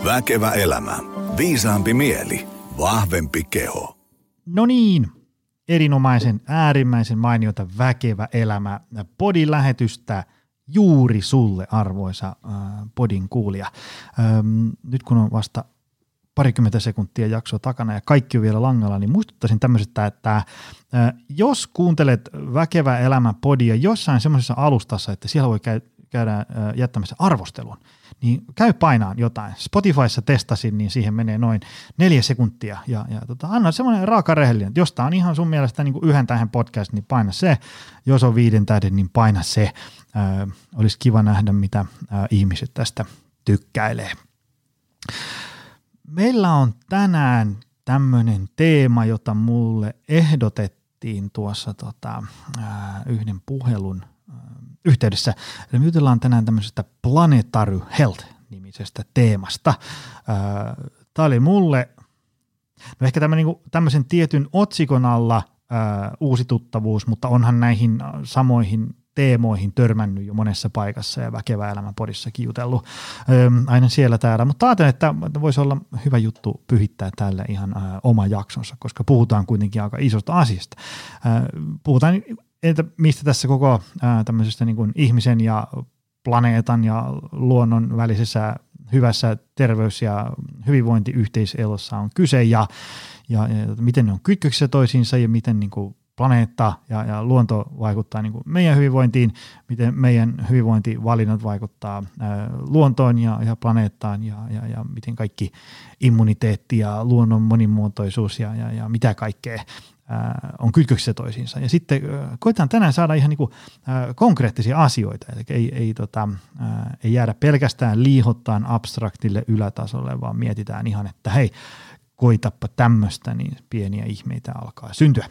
Väkevä elämä. Viisaampi mieli. Vahvempi keho. No niin, erinomaisen, äärimmäisen mainiota Väkevä elämä podin lähetystä juuri sulle, arvoisa podin kuulija. Nyt kun on vasta parikymmentä sekuntia jaksoa takana ja kaikki on vielä langalla, niin muistuttaisin tämmöisestä, että jos kuuntelet Väkevä elämä podia jossain semmoisessa alustassa, että siellä voi käydä jättämässä arvostelun, niin käy painaan jotain. Spotifyssa testasin, niin siihen menee noin 4 sekuntia. Ja anna semmoinen raaka rehellinen, että jos tämä on ihan sun mielestä niin kuin 1 tähden podcast, niin paina se. Jos on 5 tähden, niin paina se. Olisi kiva nähdä, mitä ihmiset tästä tykkäilee. Meillä on tänään tämmöinen teema, jota mulle ehdotettiin tuossa yhden puhelun yhteydessä. Eli me jutellaan tänään tämmöisestä Planetary Health-nimisestä teemasta. Tämä oli mulle ehkä tämmöisen tietyn otsikon alla uusi tuttavuus, mutta onhan näihin samoihin teemoihin törmännyt jo monessa paikassa ja Väkevä elämä podissakin jutellut aina siellä täällä, mutta ajattelin, että voisi olla hyvä juttu pyhittää tälle ihan oma jaksonsa, koska puhutaan kuitenkin aika isosta asiasta. Puhutaan, että mistä tässä koko tämmöisestä niin kuin ihmisen ja planeetan ja luonnon välisessä hyvässä terveys- ja hyvinvointiyhteiselossa on kyse ja miten ne on kytköksissä toisiinsa ja miten niin kuin planeetta ja luonto vaikuttaa niin kuin meidän hyvinvointiin, miten meidän hyvinvointivalinnat vaikuttaa luontoon ja planeettaan ja miten kaikki immuniteetti ja luonnon monimuotoisuus ja mitä kaikkea on kytköksissä toisiinsa. Ja sitten koetaan tänään saada ihan niin kuin konkreettisia asioita, eli ei jäädä pelkästään liihottaan abstraktille ylätasolle, vaan mietitään ihan, että hei, koitappa tämmöistä, niin pieniä ihmeitä alkaa syntyä.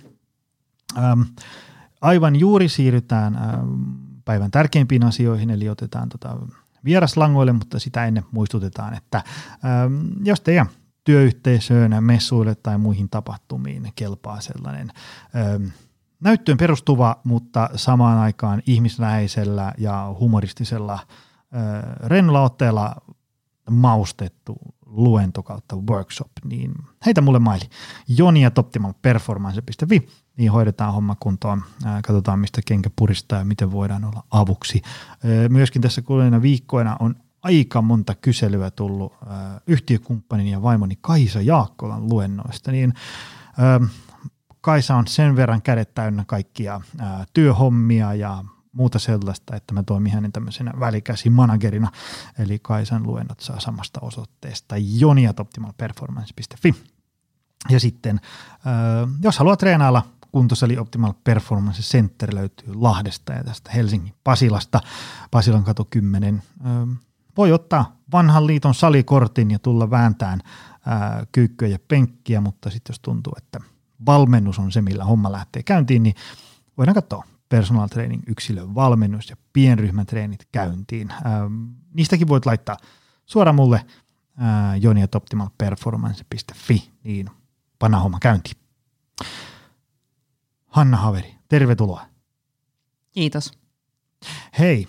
Aivan juuri siirrytään päivän tärkeimpiin asioihin, eli otetaan vieraslangoille, mutta sitä ennen muistutetaan, että jos teidän työyhteisöön, messuille tai muihin tapahtumiin kelpaa sellainen näyttöön perustuva, mutta samaan aikaan ihmisläheisellä ja humoristisella rennolla otteella maustettu luento kautta workshop, niin heitä mulle maili joni@optimalperformance.fi, niin hoidetaan homma kuntoon, katsotaan mistä kenkä puristaa ja miten voidaan olla avuksi. Myöskin tässä kuluneina viikkoina on aika monta kyselyä tullut yhtiökumppanin ja vaimoni Kaisa Jaakkolan luennoista, niin Kaisa on sen verran kädet täynnä kaikkia työhommia ja muuta sellaista, että mä toimin hänen tämmöisenä välikäsimanagerina, eli Kaisan luennot saa samasta osoitteesta joni@optimalperformance.fi. Ja sitten, jos haluaa treenailla kuntosali Optimal Performance Center löytyy Lahdesta ja tästä Helsingin Pasilasta, Pasilan katu 10. Voi ottaa vanhan liiton salikortin ja tulla vääntään kyykkyä ja penkkiä, mutta sitten jos tuntuu, että valmennus on se, millä homma lähtee käyntiin, niin voidaan katsoa personal training, yksilön valmennus ja pienryhmätreenit käyntiin. Niistäkin voit laittaa suoraan mulle joni@optimalperformance.fi, niin panna homma käyntiin. Hanna Haveri, tervetuloa. Kiitos. Hei,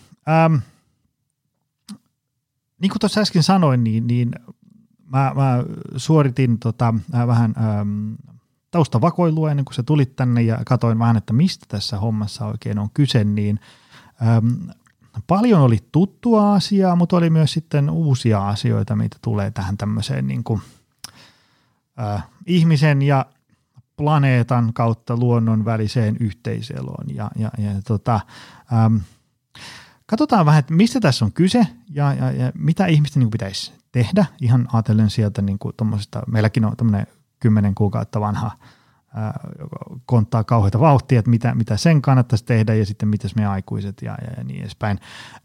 niin kuin tuossa äsken sanoin, niin mä suoritin vähän taustavakoilua ennen kuin sä tulit tänne ja katsoin vähän, että mistä tässä hommassa oikein on kyse, niin paljon oli tuttua asiaa, mutta oli myös sitten uusia asioita, mitä tulee tähän tämmöiseen niin kuin, ihmisen ja planeetan kautta luonnon väliseen yhteiseloon katsotaan vähän, että mistä tässä on kyse ja mitä ihmisten niin kuin pitäisi tehdä. Ihan ajatellen sieltä niin kuin tommosesta, meilläkin on tämmöinen 10 kuukautta vanha, joka konttaa kauheita vauhtia, että mitä sen kannattaisi tehdä ja sitten mitäs me aikuiset ja niin edespäin.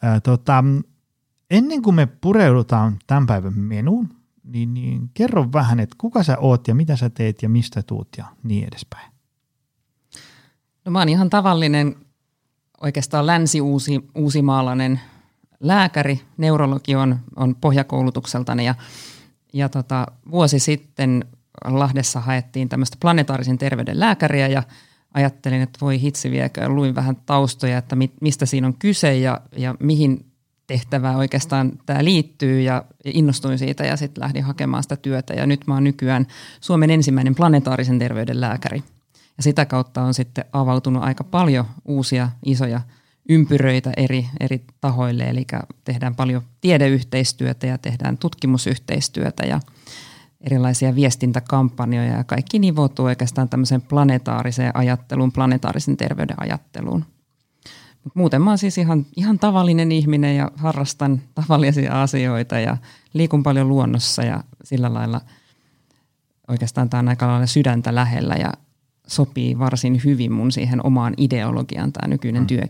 Ennen kuin me pureudutaan tämän päivän menuun, niin kerro vähän, että kuka sä oot ja mitä sä teet ja mistä tuut ja niin edespäin. No mä oon ihan tavallinen, oikeastaan länsi-uusimaalainen lääkäri, neurologi on pohjakoulutukseltani ja vuosi sitten Lahdessa haettiin tämmöistä planetaarisen terveyden lääkäriä ja ajattelin, että voi hitsi viekö. Luin vähän taustoja, että mistä siinä on kyse ja mihin tehtävään oikeastaan tämä liittyy ja innostuin siitä ja sitten lähdin hakemaan sitä työtä. Ja nyt mä oon nykyään Suomen ensimmäinen planetaarisen terveyden lääkäri. Ja sitä kautta on sitten avautunut aika paljon uusia isoja ympyröitä eri tahoille. Eli tehdään paljon tiedeyhteistyötä ja tehdään tutkimusyhteistyötä ja erilaisia viestintäkampanjoja. Ja kaikki nivoutuu oikeastaan tämmöiseen planetaariseen ajatteluun, planetaarisen terveyden ajatteluun. Mut muuten mä oon siis ihan tavallinen ihminen ja harrastan tavallisia asioita ja liikun paljon luonnossa ja sillä lailla oikeastaan tämä on aika lailla sydäntä lähellä ja sopii varsin hyvin mun siihen omaan ideologiaan tämä nykyinen työ.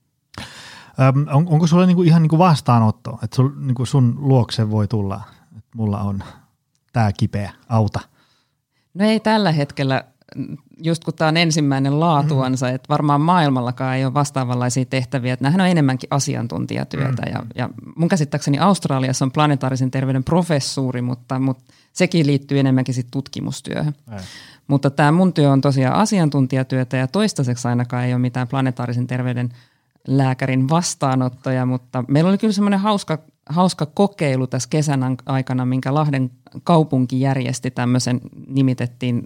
Onko sulla niinku ihan niinku vastaanotto, että niinku sun luokse voi tulla, että mulla on tää kipeä, auta? No ei tällä hetkellä, just kun tämä on ensimmäinen laatuansa, että varmaan maailmallakaan ei ole vastaavanlaisia tehtäviä, että nämähän on enemmänkin asiantuntijatyötä ja mun käsittääkseni Australiassa on planetaarisen terveyden professuuri, mutta sekin liittyy enemmänkin sit tutkimustyöhön. Mutta tämä mun työ on tosiaan asiantuntijatyötä ja toistaiseksi ainakaan ei ole mitään planetaarisen terveyden lääkärin vastaanottoja, mutta meillä oli kyllä semmoinen hauska kokeilu tässä kesän aikana, minkä Lahden kaupunki järjesti tämmöisen, nimitettiin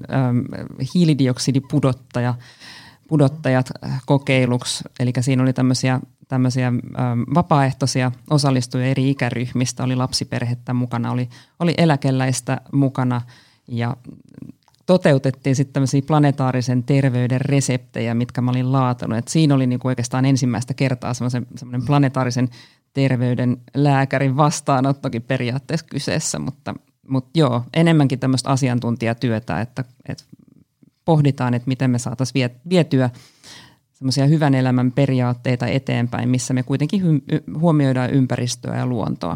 hiilidioksidipudottajat kokeiluksi. Eli siinä oli tämmöisiä vapaaehtoisia osallistujia eri ikäryhmistä, oli lapsiperhettä mukana, oli eläkeläistä mukana ja toteutettiin sitten tämmöisiä planetaarisen terveyden reseptejä, mitkä mä olin laatanut. Et siinä oli niinku oikeastaan ensimmäistä kertaa semmoinen planetaarisen terveyden lääkärin vastaanottokin periaatteessa kyseessä, mutta joo, enemmänkin tämmöistä asiantuntijatyötä, että pohditaan, että miten me saataisiin vietyä semmoisia hyvän elämän periaatteita eteenpäin, missä me kuitenkin huomioidaan ympäristöä ja luontoa.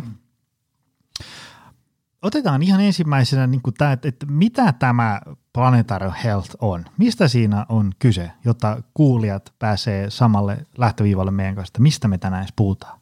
Otetaan ihan ensimmäisenä, niin tämä, että mitä tämä Planetary Health on? Mistä siinä on kyse, jotta kuulijat pääsee samalle lähtöviivalle meidän kanssa? Mistä me tänään edes puhutaan?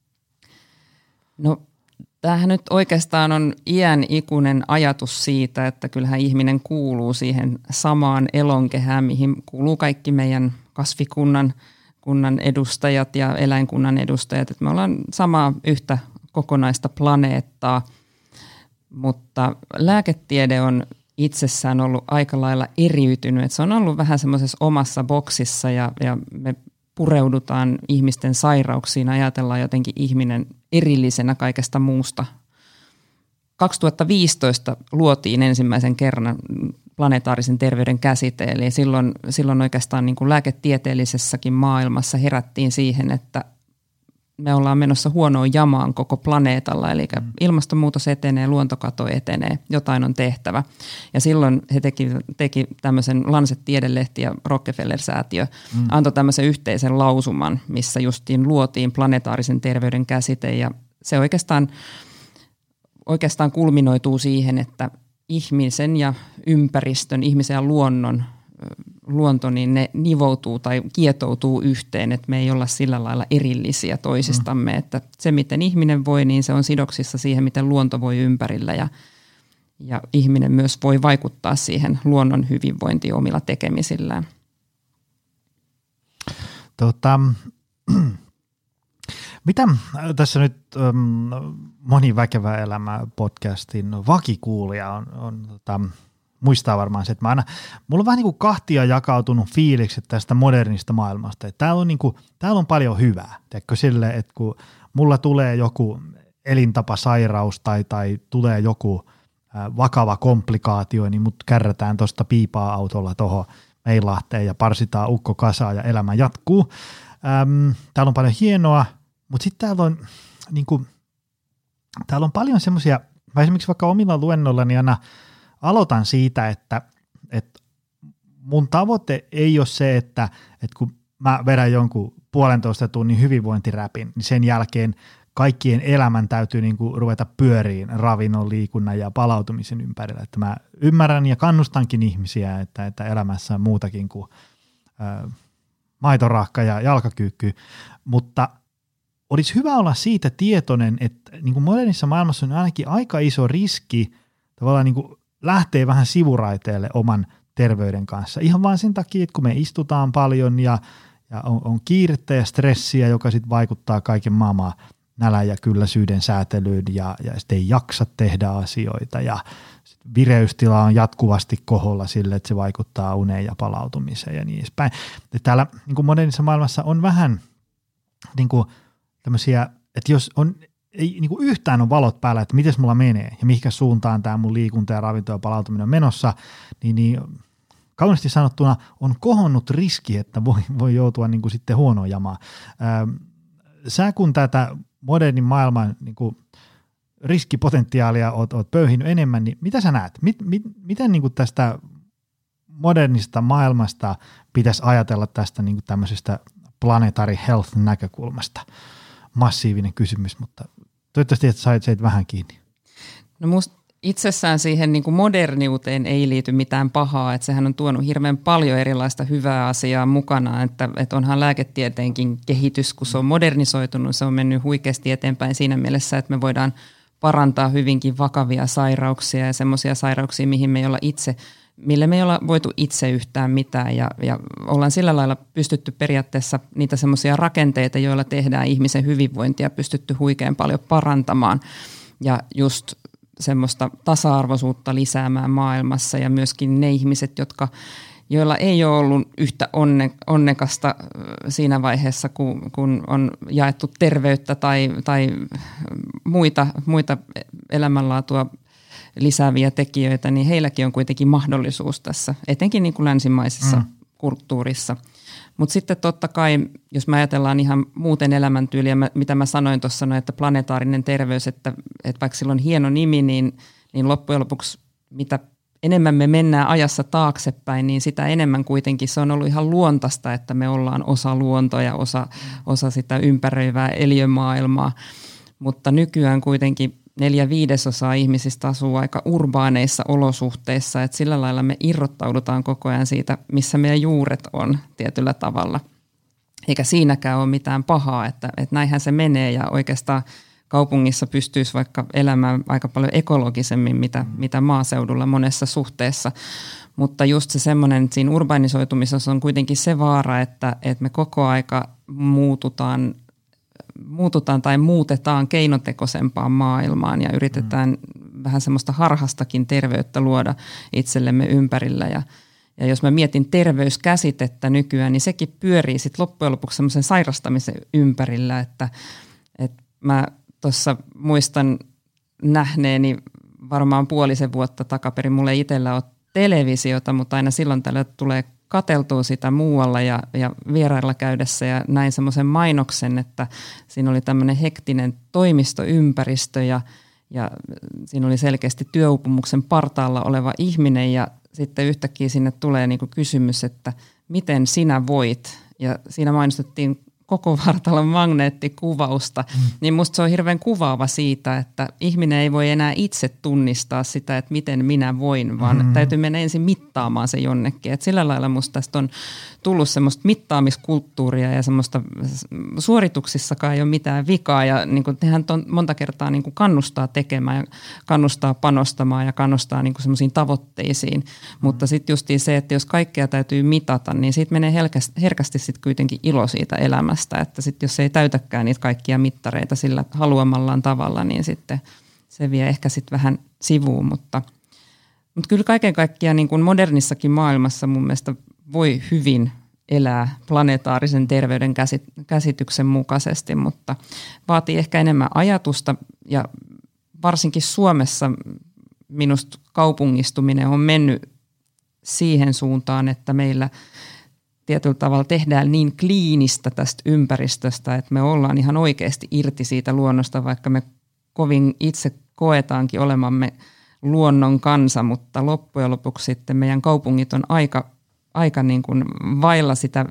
No tämähän nyt oikeastaan on iän ikuinen ajatus siitä, että kyllähän ihminen kuuluu siihen samaan elonkehään, mihin kuuluu kaikki meidän kasvikunnan edustajat ja eläinkunnan edustajat. Että me ollaan samaa yhtä kokonaista planeettaa. Mutta lääketiede on itsessään ollut aika lailla eriytynyt, että se on ollut vähän semmoisessa omassa boksissa ja me pureudutaan ihmisten sairauksiin, ajatellaan jotenkin ihminen erillisenä kaikesta muusta. 2015 luotiin ensimmäisen kerran planetaarisen terveyden käsite, eli silloin oikeastaan niin kuin lääketieteellisessäkin maailmassa herättiin siihen, että me ollaan menossa huonoon jamaan koko planeetalla, eli ilmastonmuutos etenee, luontokato etenee, jotain on tehtävä. Ja silloin he teki tämmöisen Lancet-tiedelehti ja Rockefeller-säätiö antoi tämmöisen yhteisen lausuman, missä justiin luotiin planetaarisen terveyden käsite, ja se oikeastaan kulminoituu siihen, että ihmisen ja ympäristön, ihmisen ja luonto, niin ne nivoutuu tai kietoutuu yhteen, että me ei olla sillä lailla erillisiä toisistamme, että se miten ihminen voi, niin se on sidoksissa siihen, miten luonto voi ympärillä ja ihminen myös voi vaikuttaa siihen luonnon hyvinvointiin omilla tekemisillään. Mitä tässä nyt Moni väkevä elämä podcastin vakikuulija on muistaa varmaan se, että mulla on vähän niin kuin kahtia jakautunut fiilikset tästä modernista maailmasta. Että täällä on paljon hyvää. Teekö sille, että kun mulla tulee joku elintapasairaus tai tulee joku vakava komplikaatio, niin mut kärrätään tuosta piipaa autolla tuohon Meilahteen ja parsitaan ukko kasaan ja elämä jatkuu. Täällä on paljon hienoa, mutta sitten täällä on paljon semmoisia, mä esimerkiksi vaikka omilla luennoillani aina aloitan siitä, että mun tavoite ei ole se, että kun mä vedän jonkun 1,5 tunnin hyvinvointiräpin, niin sen jälkeen kaikkien elämän täytyy ruveta pyöriin ravinnon, liikunnan ja palautumisen ympärillä. Että mä ymmärrän ja kannustankin ihmisiä, että elämässä on muutakin kuin maitorahka ja jalkakyykky, mutta olisi hyvä olla siitä tietoinen, että modernissa maailmassa on ainakin aika iso riski tavallaan lähtee vähän sivuraiteelle oman terveyden kanssa. Ihan vaan sen takia, että kun me istutaan paljon ja on kiirettä ja stressiä, joka sitten vaikuttaa kaiken maailman nälän ja kylläisyyden säätelyyn ja sitten ei jaksa tehdä asioita ja vireystila on jatkuvasti koholla sille, että se vaikuttaa uneen ja palautumiseen ja niin edespäin. Ja täällä niin kuin modernissa maailmassa on vähän niin kuin tämmöisiä, että jos on, ei niin kuin yhtään on valot päällä, että miten mulla menee ja mihinkä suuntaan tämä mun liikunta ja ravinto ja palautuminen on menossa, niin kauniisti sanottuna on kohonnut riski, että voi joutua niin kuin sitten huonoon jamaan. Sä kun tätä modernin maailman niin kuin riskipotentiaalia oot pöyhinyt enemmän, niin mitä sä näet? Miten niin kuin tästä modernista maailmasta pitäisi ajatella tästä niin kuin tämmöisestä planetary health näkökulmasta? Massiivinen kysymys, mutta toivottavasti että sait vähän kiinni. No musta itsessään siihen niin kuin moderniuteen ei liity mitään pahaa, että sehän on tuonut hirveän paljon erilaista hyvää asiaa mukana, että onhan lääketieteenkin kehitys, kun se on modernisoitunut, se on mennyt huikeasti eteenpäin siinä mielessä, että me voidaan parantaa hyvinkin vakavia sairauksia ja semmoisia sairauksia, mille me ei olla voitu itse yhtään mitään ja ollaan sillä lailla pystytty periaatteessa niitä semmoisia rakenteita, joilla tehdään ihmisen hyvinvointia, pystytty huikean paljon parantamaan ja just semmoista tasa-arvoisuutta lisäämään maailmassa ja myöskin ne ihmiset, joilla ei ole ollut yhtä onnekasta siinä vaiheessa, kun on jaettu terveyttä tai muita elämänlaatua lisääviä tekijöitä, niin heilläkin on kuitenkin mahdollisuus tässä, etenkin niin kuin länsimaisessa kulttuurissa. Mutta sitten totta kai, jos me ajatellaan ihan muuten elämäntyyliä, mitä mä sanoin tuossa, että planetaarinen terveys, että vaikka sillä on hieno nimi, niin loppujen lopuksi mitä enemmän me mennään ajassa taaksepäin, niin sitä enemmän kuitenkin se on ollut ihan luontaista, että me ollaan osa luontoa ja osa sitä ympäröivää eliömaailmaa. Mutta nykyään kuitenkin 4/5 ihmisistä asuu aika urbaaneissa olosuhteissa, että sillä lailla me irrottaudutaan koko ajan siitä, missä meidän juuret on tietyllä tavalla. Eikä siinäkään ole mitään pahaa, että näinhän se menee ja oikeastaan kaupungissa pystyisi vaikka elämään aika paljon ekologisemmin, mitä maaseudulla monessa suhteessa. Mutta just se semmoinen, että siinä urbanisoitumisessa on kuitenkin se vaara, että me koko aika muututaan tai muutetaan keinotekoisempaan maailmaan ja yritetään vähän semmoista harhastakin terveyttä luoda itsellemme ympärillä. Ja jos mä mietin terveyskäsitettä nykyään, niin sekin pyörii sitten loppujen lopuksi semmoisen sairastamisen ympärillä, että mä tuossa muistan nähneeni varmaan 5 vuotta takaperin. Mulla ei itsellä ole televisiota, mutta aina silloin tällä tulee katseltua sitä muualla ja vierailla käydessä ja näin semmoisen mainoksen, että siinä oli tämmöinen hektinen toimistoympäristö ja siinä oli selkeästi työuupumuksen partaalla oleva ihminen ja sitten yhtäkkiä sinne tulee niinku kysymys, että miten sinä voit ja siinä mainostettiin koko vartalon magneettikuvausta, niin musta se on hirveän kuvaava siitä, että ihminen ei voi enää itse tunnistaa sitä, että miten minä voin, vaan täytyy mennä ensin mittaamaan se jonnekin. Et sillä lailla musta tästä on tullut semmoista mittaamiskulttuuria ja semmoista suorituksissakaan ei ole mitään vikaa ja niin kuin tehän monta kertaa niin kuin kannustaa tekemään ja kannustaa panostamaan ja kannustaa niin kuin semmoisiin tavoitteisiin, mutta sitten justiin se, että jos kaikkea täytyy mitata, niin siitä menee herkästi sitten kuitenkin ilo siitä elämästä. Että sitten jos ei täytäkään niitä kaikkia mittareita sillä haluamallaan tavalla, niin sitten se vie ehkä sitten vähän sivuun. Mutta kyllä kaiken kaikkiaan niin kuin modernissakin maailmassa mun mielestä voi hyvin elää planetaarisen terveyden käsityksen mukaisesti, mutta vaatii ehkä enemmän ajatusta ja varsinkin Suomessa minusta kaupungistuminen on mennyt siihen suuntaan, että meillä tietyllä tavalla tehdään niin kliinistä tästä ympäristöstä, että me ollaan ihan oikeasti irti siitä luonnosta, vaikka me kovin itse koetaankin olemamme luonnon kansa, mutta loppujen lopuksi sitten meidän kaupungit on aika niin kuin vailla sitä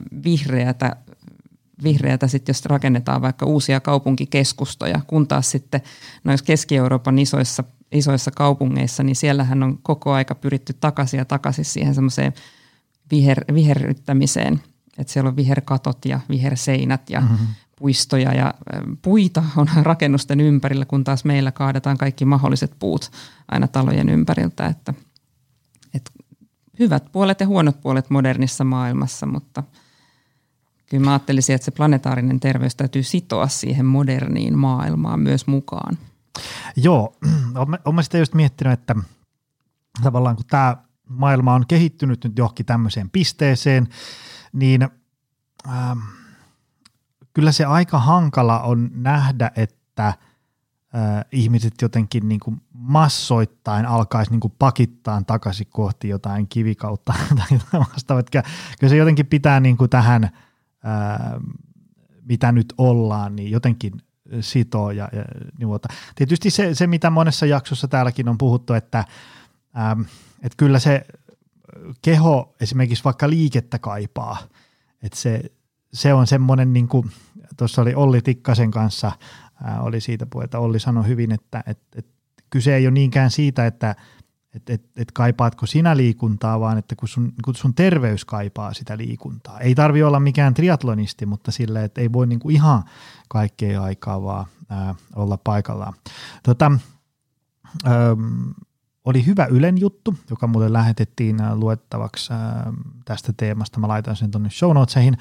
vihreätä sitten, jos rakennetaan vaikka uusia kaupunkikeskustoja, kun taas sitten noissa Keski-Euroopan isoissa kaupungeissa, niin siellähän on koko aika pyritty takaisin siihen semmoiseen viherryttämiseen, että siellä on viherkatot ja viherseinät ja puistoja ja puita on rakennusten ympärillä, kun taas meillä kaadetaan kaikki mahdolliset puut aina talojen ympäriltä, että hyvät puolet ja huonot puolet modernissa maailmassa, mutta Kyllä mä ajattelisin, että se planetaarinen terveys täytyy sitoa siihen moderniin maailmaan myös mukaan. Joo, olen sitä just miettinyt, että tavallaan kun tämä maailma on kehittynyt nyt johonkin tämmöiseen pisteeseen, niin kyllä se aika hankala on nähdä, että ihmiset jotenkin niin kuin massoittain alkaisi niin kuin pakittaa takaisin kohti jotain kivikautta tai jotain vastaavaa. Kyllä se jotenkin pitää niin kuin tähän, mitä nyt ollaan, niin jotenkin sitoo ja nivuota. Tietysti se, mitä monessa jaksossa täälläkin on puhuttu, että kyllä se keho esimerkiksi vaikka liikettä kaipaa, että se on semmoinen, niin kuin tuossa oli Olli Tikkasen kanssa, oli siitä puhetta, Olli sanoi hyvin, että kyse ei ole niinkään siitä, että kaipaatko sinä liikuntaa, vaan että kun sun terveys kaipaa sitä liikuntaa. Ei tarvitse olla mikään triatlonisti, mutta silleen, että ei voi niin kuin ihan kaikkea aikaa vaan olla paikallaan. Oli hyvä Ylen juttu, joka mulle lähetettiin luettavaksi tästä teemasta. Mä laitan sen tuonne show notesihin.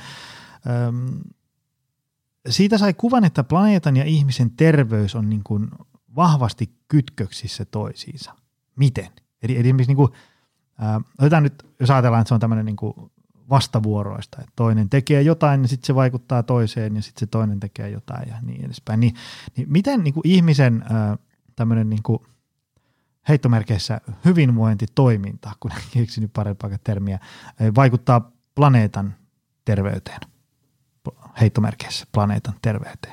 Siitä sai kuvan, että planeetan ja ihmisen terveys on niin kuin vahvasti kytköksissä toisiinsa. Miten? Eli esimerkiksi niin kuin, otetaan nyt, jos ajatellaan, että se on tämmöinen niin kuin vastavuoroista, että toinen tekee jotain ja sitten se vaikuttaa toiseen ja sitten se toinen tekee jotain ja niin edespäin. Niin miten niin kuin ihmisen tämmöinen niin kuin heittomerkeissä hyvinvointitoiminta, kun en keksinyt parempaa termiä, vaikuttaa planeetan terveyteen, heittomerkeissä planeetan terveyteen?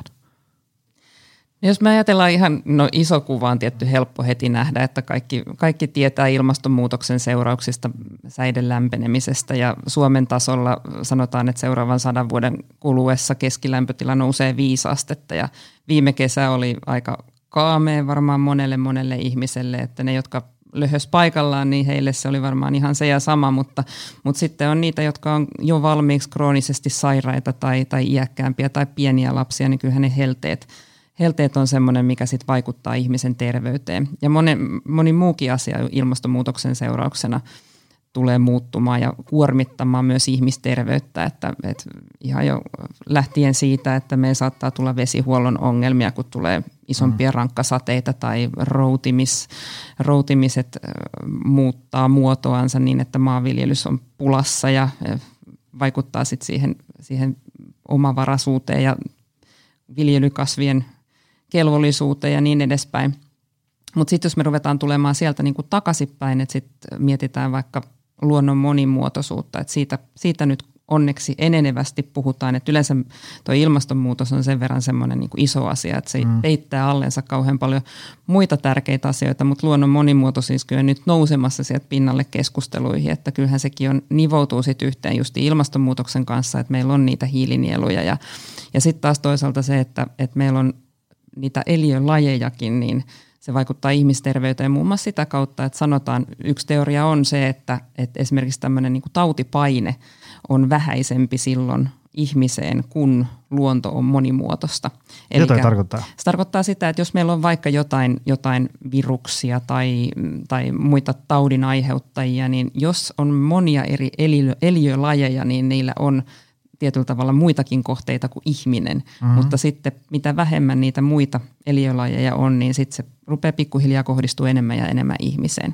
Jos me ajatellaan ihan iso kuva, on tietty helppo heti nähdä, että kaikki tietää ilmastonmuutoksen seurauksista, säiden lämpenemisestä ja Suomen tasolla sanotaan, että seuraavan 100 vuoden kuluessa keskilämpötila nousee 5 astetta ja viime kesä oli aika kaamea varmaan monelle ihmiselle, että ne, jotka löhös paikallaan, niin heille se oli varmaan ihan se ja sama, mutta sitten on niitä, jotka on jo valmiiksi kroonisesti sairaita tai iäkkäämpiä tai pieniä lapsia, niin kyllähän ne helteet on semmoinen, mikä sitten vaikuttaa ihmisen terveyteen. Ja moni muukin asia ilmastonmuutoksen seurauksena tulee muuttumaan ja kuormittamaan myös ihmisterveyttä, että ihan jo lähtien siitä, että me saattaa tulla vesihuollon ongelmia, kun tulee isompia rankkasateita tai routimiset muuttaa muotoansa niin, että maanviljelys on pulassa ja vaikuttaa sitten siihen omavaraisuuteen ja viljelykasvien kelvollisuuteen ja niin edespäin. Mutta sitten jos me ruvetaan tulemaan sieltä niinku takaisinpäin, että sitten mietitään vaikka luonnon monimuotoisuutta, että siitä nyt onneksi enenevästi puhutaan, että yleensä tuo ilmastonmuutos on sen verran semmoinen niinku iso asia, että se peittää allensa kauhean paljon muita tärkeitä asioita, mutta luonnon monimuotoisuus kyllä nyt nousemassa sieltä pinnalle keskusteluihin, että kyllähän sekin nivoutuu sitten yhteen just ilmastonmuutoksen kanssa, että meillä on niitä hiilinieluja ja sitten taas toisaalta se, että meillä on niitä eliölajejakin, niin se vaikuttaa ihmisterveyteen muun muassa sitä kautta, että sanotaan, yksi teoria on se, että esimerkiksi tämmöinen niin kuin tautipaine on vähäisempi silloin ihmiseen, kun luonto on monimuotoista. Mitä toi tarkoittaa? Se tarkoittaa sitä, että jos meillä on vaikka jotain viruksia tai muita taudin aiheuttajia, niin jos on monia eri eliölajeja, niin niillä on tietyllä tavalla muitakin kohteita kuin ihminen, mutta sitten mitä vähemmän niitä muita eliölajeja on, niin sitten se rupeaa pikkuhiljaa kohdistua enemmän ja enemmän ihmiseen.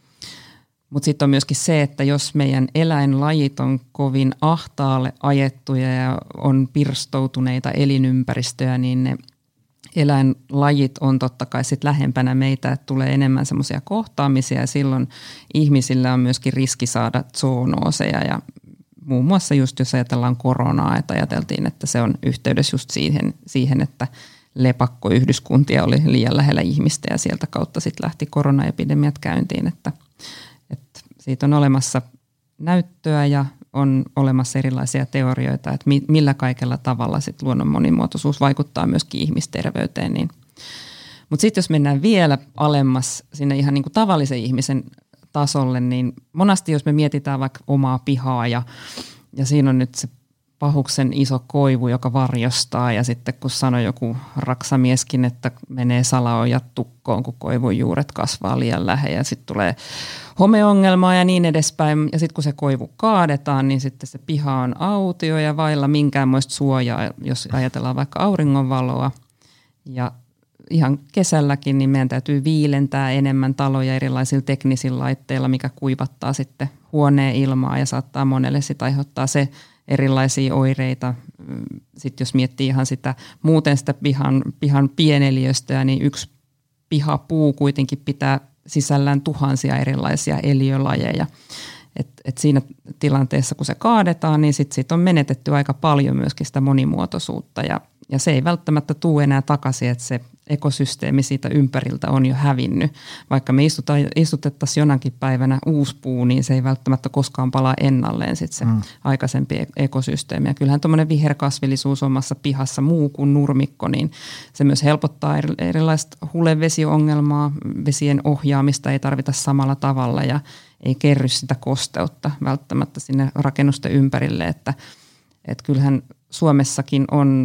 Mutta sitten on myöskin se, että jos meidän eläinlajit on kovin ahtaalle ajettuja ja on pirstoutuneita elinympäristöjä, niin ne eläinlajit on totta kai sitten lähempänä meitä, että tulee enemmän semmoisia kohtaamisia ja silloin ihmisillä on myöskin riski saada zoonooseja ja muun muassa just jos ajatellaan koronaa, että ajateltiin, että se on yhteydessä just siihen että lepakkoyhdyskuntia oli liian lähellä ihmistä ja sieltä kautta sitten lähti koronaepidemiat käyntiin, että siitä on olemassa näyttöä ja on olemassa erilaisia teorioita, että millä kaikella tavalla sit luonnon monimuotoisuus vaikuttaa myöskin ihmisterveyteen. Niin. Mutta sitten jos mennään vielä alemmas sinne ihan niin kuin tavallisen ihmisen tasolle, niin monasti jos me mietitään vaikka omaa pihaa ja siinä on nyt se pahuksen iso koivu, joka varjostaa, ja sitten kun sanoi joku raksamieskin, että menee salaojat tukkoon, kun koivun juuret kasvaa liian lähellä, ja sitten tulee homeongelmaa ja niin edespäin. Ja sitten kun se koivu kaadetaan, niin sitten se piha on autio ja vailla minkäänmoista suojaa, jos ajatellaan vaikka auringonvaloa. Ja ihan kesälläkin niin meidän täytyy viilentää enemmän taloja erilaisilla teknisillä laitteilla, mikä kuivattaa sitten huoneen ilmaa ja saattaa monelle sitten aiheuttaa se erilaisia oireita. Sitten jos miettii ihan sitä muuten sitä pihan pieneliöstöä, niin yksi pihapuu kuitenkin pitää sisällään tuhansia erilaisia eliölajeja. Et siinä tilanteessa, kun se kaadetaan, niin sit on menetetty aika paljon myöskin sitä monimuotoisuutta ja se ei välttämättä tule enää takaisin, että se ekosysteemi siitä ympäriltä on jo hävinnyt. Vaikka me istutettaisiin jonakin päivänä uusi puu, niin se ei välttämättä koskaan palaa ennalleen sit se aikaisempi ekosysteemi. Ja kyllähän tuommoinen viherkasvillisuus omassa pihassa muu kuin nurmikko, niin se myös helpottaa erilaista hulevesiongelmaa, vesien ohjaamista ei tarvita samalla tavalla ja ei kerry sitä kosteutta välttämättä sinne rakennusten ympärille, että kyllähän Suomessakin on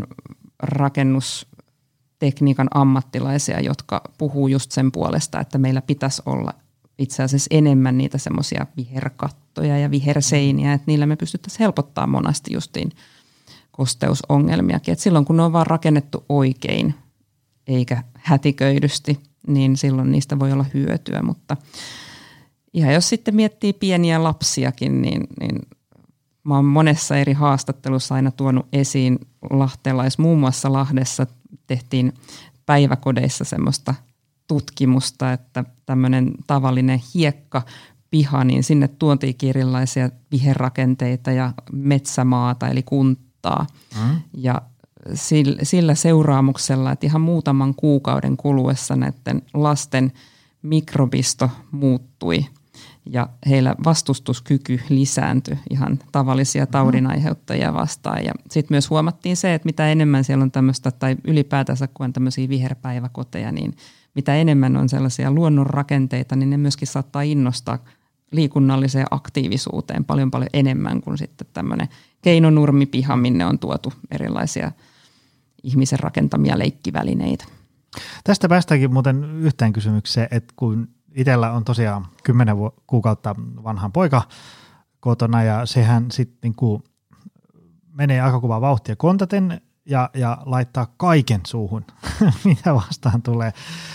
rakennustekniikan ammattilaisia, jotka puhuu just sen puolesta, että meillä pitäisi olla itse asiassa enemmän niitä semmoisia viherkattoja ja viherseiniä, että niillä me pystyttäisiin helpottamaan monasti justiin kosteusongelmiakin. Et silloin kun ne on vaan rakennettu oikein eikä hätiköidysti, niin silloin niistä voi olla hyötyä, mutta ihan jos sitten miettii pieniä lapsiakin, niin mä oon monessa eri haastattelussa aina tuonut esiin muun muassa Lahdessa tehtiin päiväkodeissa semmoista tutkimusta, että tämmöinen tavallinen hiekkapiha, niin sinne tuotiinkin erilaisia viherrakenteita ja metsämaata eli kunttaa. Ja sillä seuraamuksella, että ihan muutaman kuukauden kuluessa näiden lasten mikrobisto muuttui ja heillä vastustuskyky lisääntyi ihan tavallisia taudinaiheuttajia vastaan. Ja sitten myös huomattiin se, että mitä enemmän siellä on tämmöistä, tai ylipäätänsä kun on tämmöisiä viherpäiväkoteja, niin mitä enemmän on sellaisia luonnonrakenteita, niin ne myöskin saattaa innostaa liikunnalliseen aktiivisuuteen paljon enemmän kuin sitten tämmöinen keinonurmipiha, minne on tuotu erilaisia ihmisen rakentamia leikkivälineitä. Tästä päästäänkin muuten yhteen kysymykseen, että kun itsellä on tosiaan 10 kuukautta vanhan poika kotona ja sehän sitten niin menee aika kovaa vauhtia kontaten ja laittaa kaiken suuhun, mitä vastaan tulee.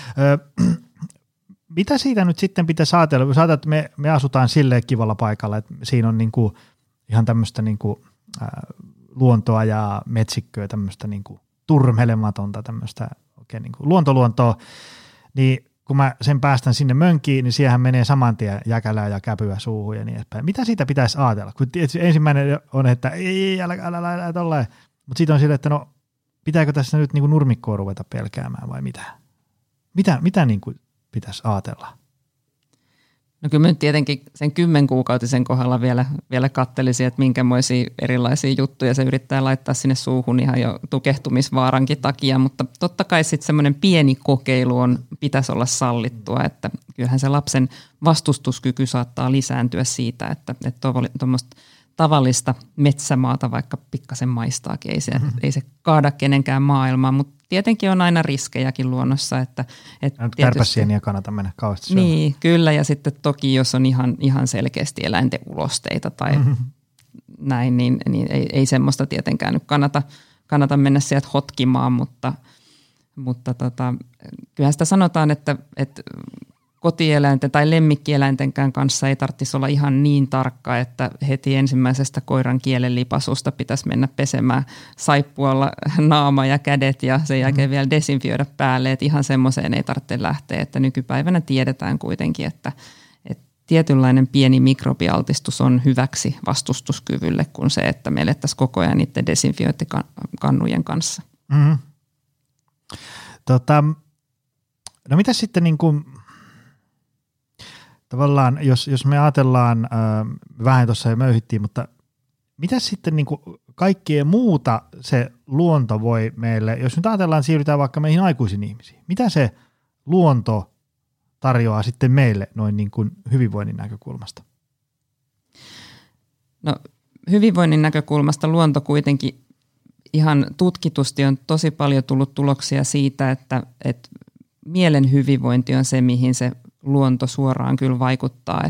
Mitä siitä nyt sitten pitäisi ajatella? Jos ajatellaan, että me asutaan silleen kivalla paikalla, että siinä on niin kuin ihan tämmöistä niin kuin, luontoa ja metsikköä, tämmöistä niin kuin turmelematonta tämmöistä oikein niin kuin luontoa, niin kun mä sen päästän sinne mönkiin, niin siihen menee saman tien jäkälää ja käpyä suuhun ja niin edespäin. Mitä siitä pitäisi ajatella? Kun ensimmäinen on, että ei, älä tollain. Mutta siitä on sille, että no pitääkö tässä nyt niin kuin nurmikkoa ruveta pelkäämään vai mitä? Mitä niin kuin pitäisi ajatella? No kyllä mä nyt tietenkin sen 10-kuukautisen kohdalla vielä kattelisin, että minkämoisia erilaisia juttuja se yrittää laittaa sinne suuhun ihan jo tukehtumisvaarankin takia, mutta totta kai sitten semmoinen pieni kokeilu pitäisi olla sallittua, että kyllähän se lapsen vastustuskyky saattaa lisääntyä siitä, että tuommoista tavallista metsämaata vaikka pikkasen maistaakin, ei se kaada kenenkään maailmaa, mutta tietenkin on aina riskejäkin luonnossa. Että kärpäsieniä kannata mennä kauheasti syömään. Niin, kyllä ja sitten toki jos on ihan selkeästi eläinten ulosteita tai näin, niin ei semmoista tietenkään nyt kannata mennä sieltä hotkimaan, mutta kyllähän sitä sanotaan, että kotieläinten tai lemmikkieläintenkään kanssa ei tarvitsisi olla ihan niin tarkka, että heti ensimmäisestä koiran kielen lipasusta pitäisi mennä pesemään saippualla naama ja kädet ja sen jälkeen vielä desinfioida päälle, että ihan semmoiseen ei tarvitse lähteä, että nykypäivänä tiedetään kuitenkin, että tietynlainen pieni mikrobialtistus on hyväksi vastustuskyvylle kuin se, että me elettäisiin koko ajan niiden desinfiointikannujen kanssa. Mm-hmm. No mitä sitten niin kuin tavallaan, jos me ajatellaan, vähän tuossa jo möyhittiin, mutta mitä sitten niin kuin kaikkea muuta se luonto voi meille, jos nyt ajatellaan, siirrytään vaikka meihin aikuisiin ihmisiin, mitä se luonto tarjoaa sitten meille noin niin kuin hyvinvoinnin näkökulmasta? No hyvinvoinnin näkökulmasta luonto kuitenkin ihan tutkitusti on tosi paljon tullut tuloksia siitä, että mielen hyvinvointi on se, mihin se luonto suoraan kyllä vaikuttaa.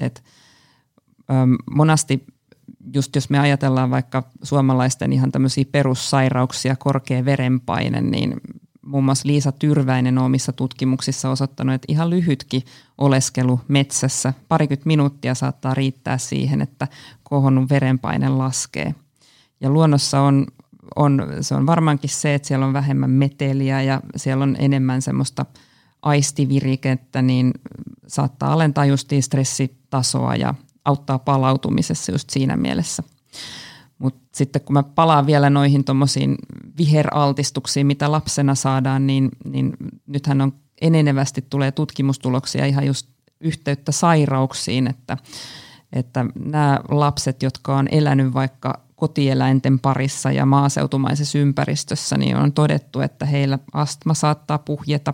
Monasti just jos me ajatellaan vaikka suomalaisten ihan tämmöisiä perussairauksia, korkea verenpaine, niin muun muassa Liisa Tyrväinen on omissa tutkimuksissa osoittanut, että ihan lyhytkin oleskelu metsässä, 20 minuuttia saattaa riittää siihen, että kohonnut verenpaine laskee. Ja luonnossa se on varmaankin se, että siellä on vähemmän meteliä ja siellä on enemmän semmoista aistivirikettä, niin saattaa alentaa justiin stressitasoa ja auttaa palautumisessa just siinä mielessä. Mutta sitten kun mä palaan vielä noihin tuommoisiin viheraltistuksiin, mitä lapsena saadaan, niin nythän on enenevästi tulee tutkimustuloksia ihan just yhteyttä sairauksiin, että nämä lapset, jotka on elänyt vaikka kotieläinten parissa ja maaseutumaisessa ympäristössä, niin on todettu, että heillä astma saattaa puhjeta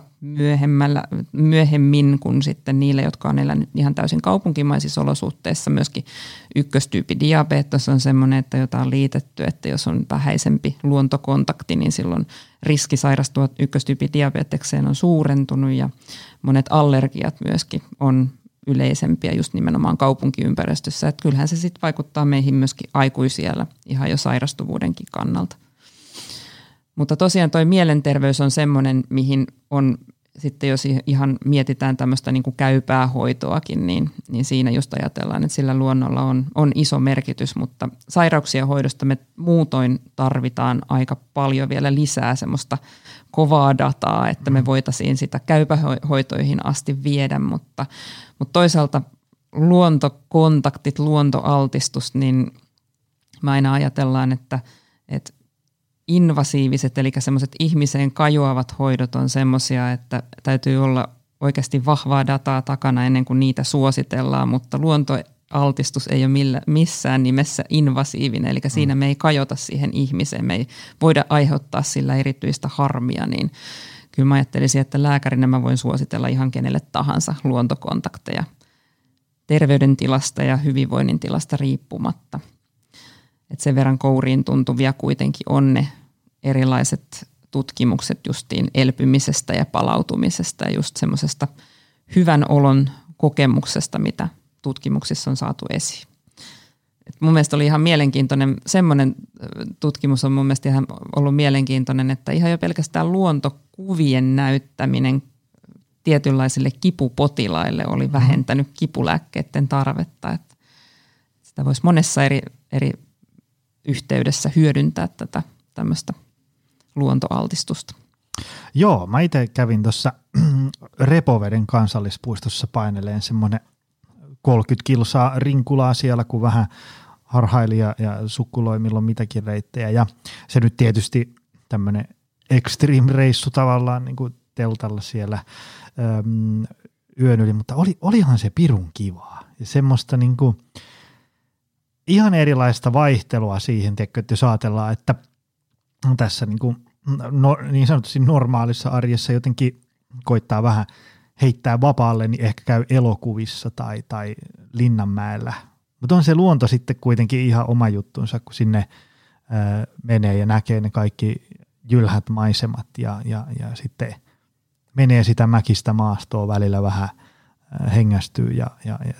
myöhemmin kuin sitten niille, jotka on elänyt ihan täysin kaupunkimaisissa olosuhteissa. Myöskin ykköstyyppi diabetes on sellainen, että jota on liitetty, että jos on vähäisempi luontokontakti, niin silloin riski sairastua ykköstyyppi diabetekseen on suurentunut ja monet allergiat myöskin on yleisempiä just nimenomaan kaupunkiympäristössä. Että kyllähän se sitten vaikuttaa meihin myöskin aikuisiellä ihan jo sairastuvuudenkin kannalta. Mutta tosiaan toi mielenterveys on semmoinen, mihin on sitten jos ihan mietitään tämmöistä niin kuin käypää hoitoakin, niin siinä just ajatellaan, että sillä luonnolla on iso merkitys, mutta sairauksien hoidosta me muutoin tarvitaan aika paljon vielä lisää semmoista kovaa dataa, että me voitaisiin sitä käypähoitoihin asti viedä, mutta toisaalta luontokontaktit, luontoaltistus, niin me aina ajatellaan, että invasiiviset, eli semmoiset ihmiseen kajoavat hoidot on semmoisia, että täytyy olla oikeasti vahvaa dataa takana ennen kuin niitä suositellaan, mutta luontoaltistus ei ole missään nimessä invasiivinen, eli siinä me ei kajota siihen ihmiseen, me ei voida aiheuttaa sillä erityistä harmia, niin kyllä mä ajattelisin, että lääkärinä mä voin suositella ihan kenelle tahansa luontokontakteja terveydentilasta ja hyvinvoinnin tilasta riippumatta. Et sen verran kouriin tuntuvia kuitenkin on ne erilaiset tutkimukset justiin elpymisestä ja palautumisesta ja just semmoisesta hyvän olon kokemuksesta, mitä tutkimuksissa on saatu esiin. Et mun mielestä oli ihan mielenkiintoinen, semmoinen tutkimus on mun mielestä ihan ollut mielenkiintoinen, että ihan jo pelkästään luontokuvien näyttäminen tietynlaisille kipupotilaille oli vähentänyt kipulääkkeiden tarvetta. Et sitä voisi monessa eri yhteydessä hyödyntää tätä tämmöistä luontoaltistusta. Joo, mä itse kävin tuossa Repoveden kansallispuistossa paineleen semmoinen 30 kilsaa rinkulaa siellä, kun vähän harhaili ja sukkuloi milloin mitäkin reittejä. Ja se nyt tietysti tämmöinen extreme-reissu tavallaan niin kuin teltalla siellä yön yli, mutta olihan se pirun kivaa. Ja semmoista niin kuin ihan erilaista vaihtelua siihen, että jos ajatellaan, että tässä niin sanotusti normaalissa arjessa jotenkin koittaa vähän heittää vapaalle, niin ehkä käy elokuvissa tai Linnanmäellä. Mutta on se luonto sitten kuitenkin ihan oma juttunsa, kun sinne menee ja näkee ne kaikki jylhät maisemat ja sitten menee sitä mäkistä maastoa välillä vähän hengästyy ja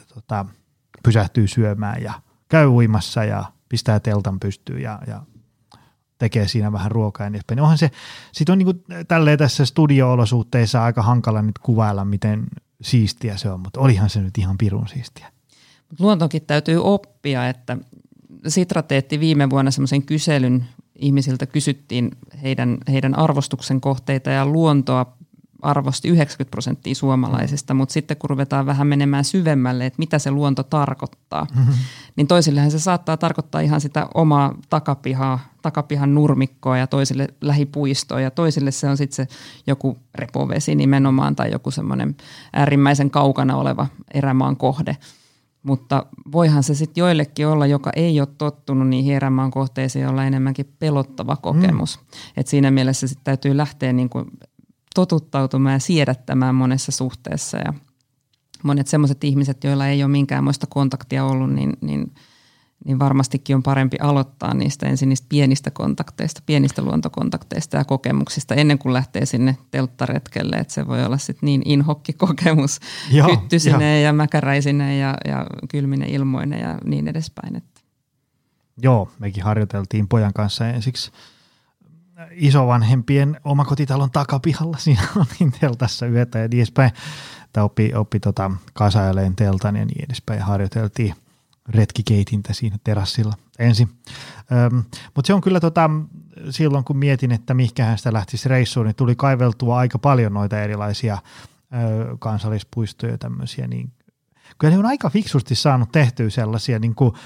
pysähtyy syömään ja käy uimassa ja pistää teltan pystyyn ja tekee siinä vähän ruokaa ja niin edespäin. Onhan se, sit on niinku tälleen tässä studio-olosuhteissa aika hankala nyt kuvailla, miten siistiä se on, mutta olihan se nyt ihan pirun siistiä. Luontokin täytyy oppia, että Sitra teetti viime vuonna semmoisen kyselyn, ihmisiltä kysyttiin heidän arvostuksen kohteita ja luontoa arvosti 90% suomalaisista, mutta sitten kun ruvetaan vähän menemään syvemmälle, että mitä se luonto tarkoittaa, niin toisillehän se saattaa tarkoittaa ihan sitä omaa takapihan nurmikkoa ja toisille lähipuistoa ja toisille se on sitten se joku repovesi nimenomaan tai joku semmoinen äärimmäisen kaukana oleva erämaan kohde. Mutta voihan se sitten joillekin olla, joka ei ole tottunut niihin erämaan kohteisiin, olla enemmänkin pelottava kokemus. Et siinä mielessä sitten täytyy lähteä niin kuin totuttautumaan ja siedättämään monessa suhteessa. Ja monet sellaiset ihmiset, joilla ei ole minkäänmoista kontaktia ollut, niin niin varmastikin on parempi aloittaa niistä pienistä kontakteista, pienistä luontokontakteista ja kokemuksista ennen kuin lähtee sinne telttaretkelle, että se voi olla sitten niin inhokkikokemus hyttysineen ja mäkäräisineen ja kylminen ilmoinen ja niin edespäin. Että. Joo, mekin harjoiteltiin pojan kanssa ensiksi isovanhempien omakotitalon takapihalla, siinä olin teltassa yötä ja niin edespäin. Tämä oppi kasaileen teltan ja niin edespäin ja harjoiteltiin retkikeitintä siinä terassilla ensin. Mutta se on kyllä silloin kun mietin, että mihinkähän sitä lähtisi reissuun, niin tuli kaiveltua aika paljon noita erilaisia kansallispuistoja tämmöisiä. Niin, kyllä ne on aika fiksusti saanut tehtyä sellaisia niin kuin,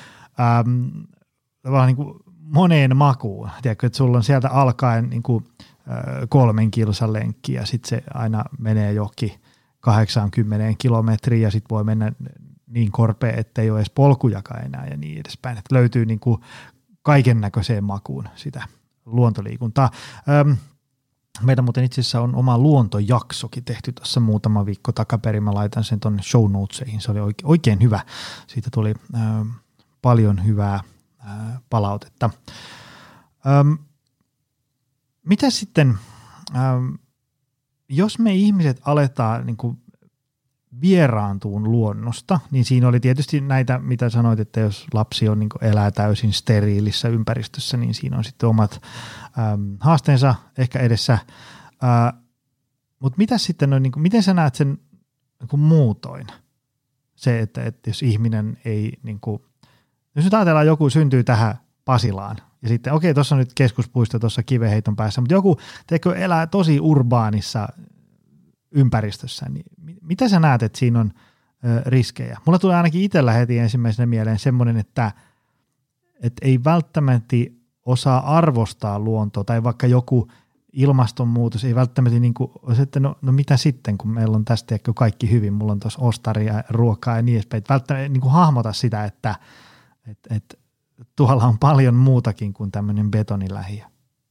moneen makuun. Tiedätkö, että sulla on sieltä alkaen niin kuin, 3 kilsan lenkki ja sitten se aina menee johonkin 80 kilometriä ja sitten voi mennä niin korpea, ettei ole edes polkujakaan enää ja niin edespäin. Että löytyy niin kuin kaiken näköiseen makuun sitä luontoliikuntaa. Meidän muuten itse asiassa on oma luontojaksokin tehty tuossa muutama viikko takaperin. Mä laitan sen tuonne show notesihin. Se oli oikein hyvä. Siitä tuli paljon hyvää palautetta. Mitä sitten, jos me ihmiset aletaan niin kuin vieraantuun luonnosta, niin siinä oli tietysti näitä, mitä sanoit, että jos lapsi on, niin kuin elää täysin steriilissä ympäristössä, niin siinä on sitten omat haasteensa ehkä edessä. Mutta mitä sitten on, niin kuin, miten sä näet sen niin kuin muutoin? Se, että jos ihminen ei, niin kuin, jos nyt ajatellaan, joku syntyy tähän Pasilaan, ja sitten okei, tuossa on nyt keskuspuisto tuossa Kivenheiton päässä, mutta joku elää tosi urbaanissa ympäristössä, niin mitä sä näet, että siinä on riskejä? Mulla tulee ainakin itsellä heti ensimmäisenä mieleen semmoinen, että ei välttämättä osaa arvostaa luontoa, tai vaikka joku ilmastonmuutos ei välttämättä niin kuin, että no mitä sitten, kun meillä on tästä kaikki hyvin, mulla on tuossa ostaria, ruokaa ja niin edespäin, että välttämättä niin kuin hahmota sitä, että tuolla on paljon muutakin kuin tämmöinen betonilähiö.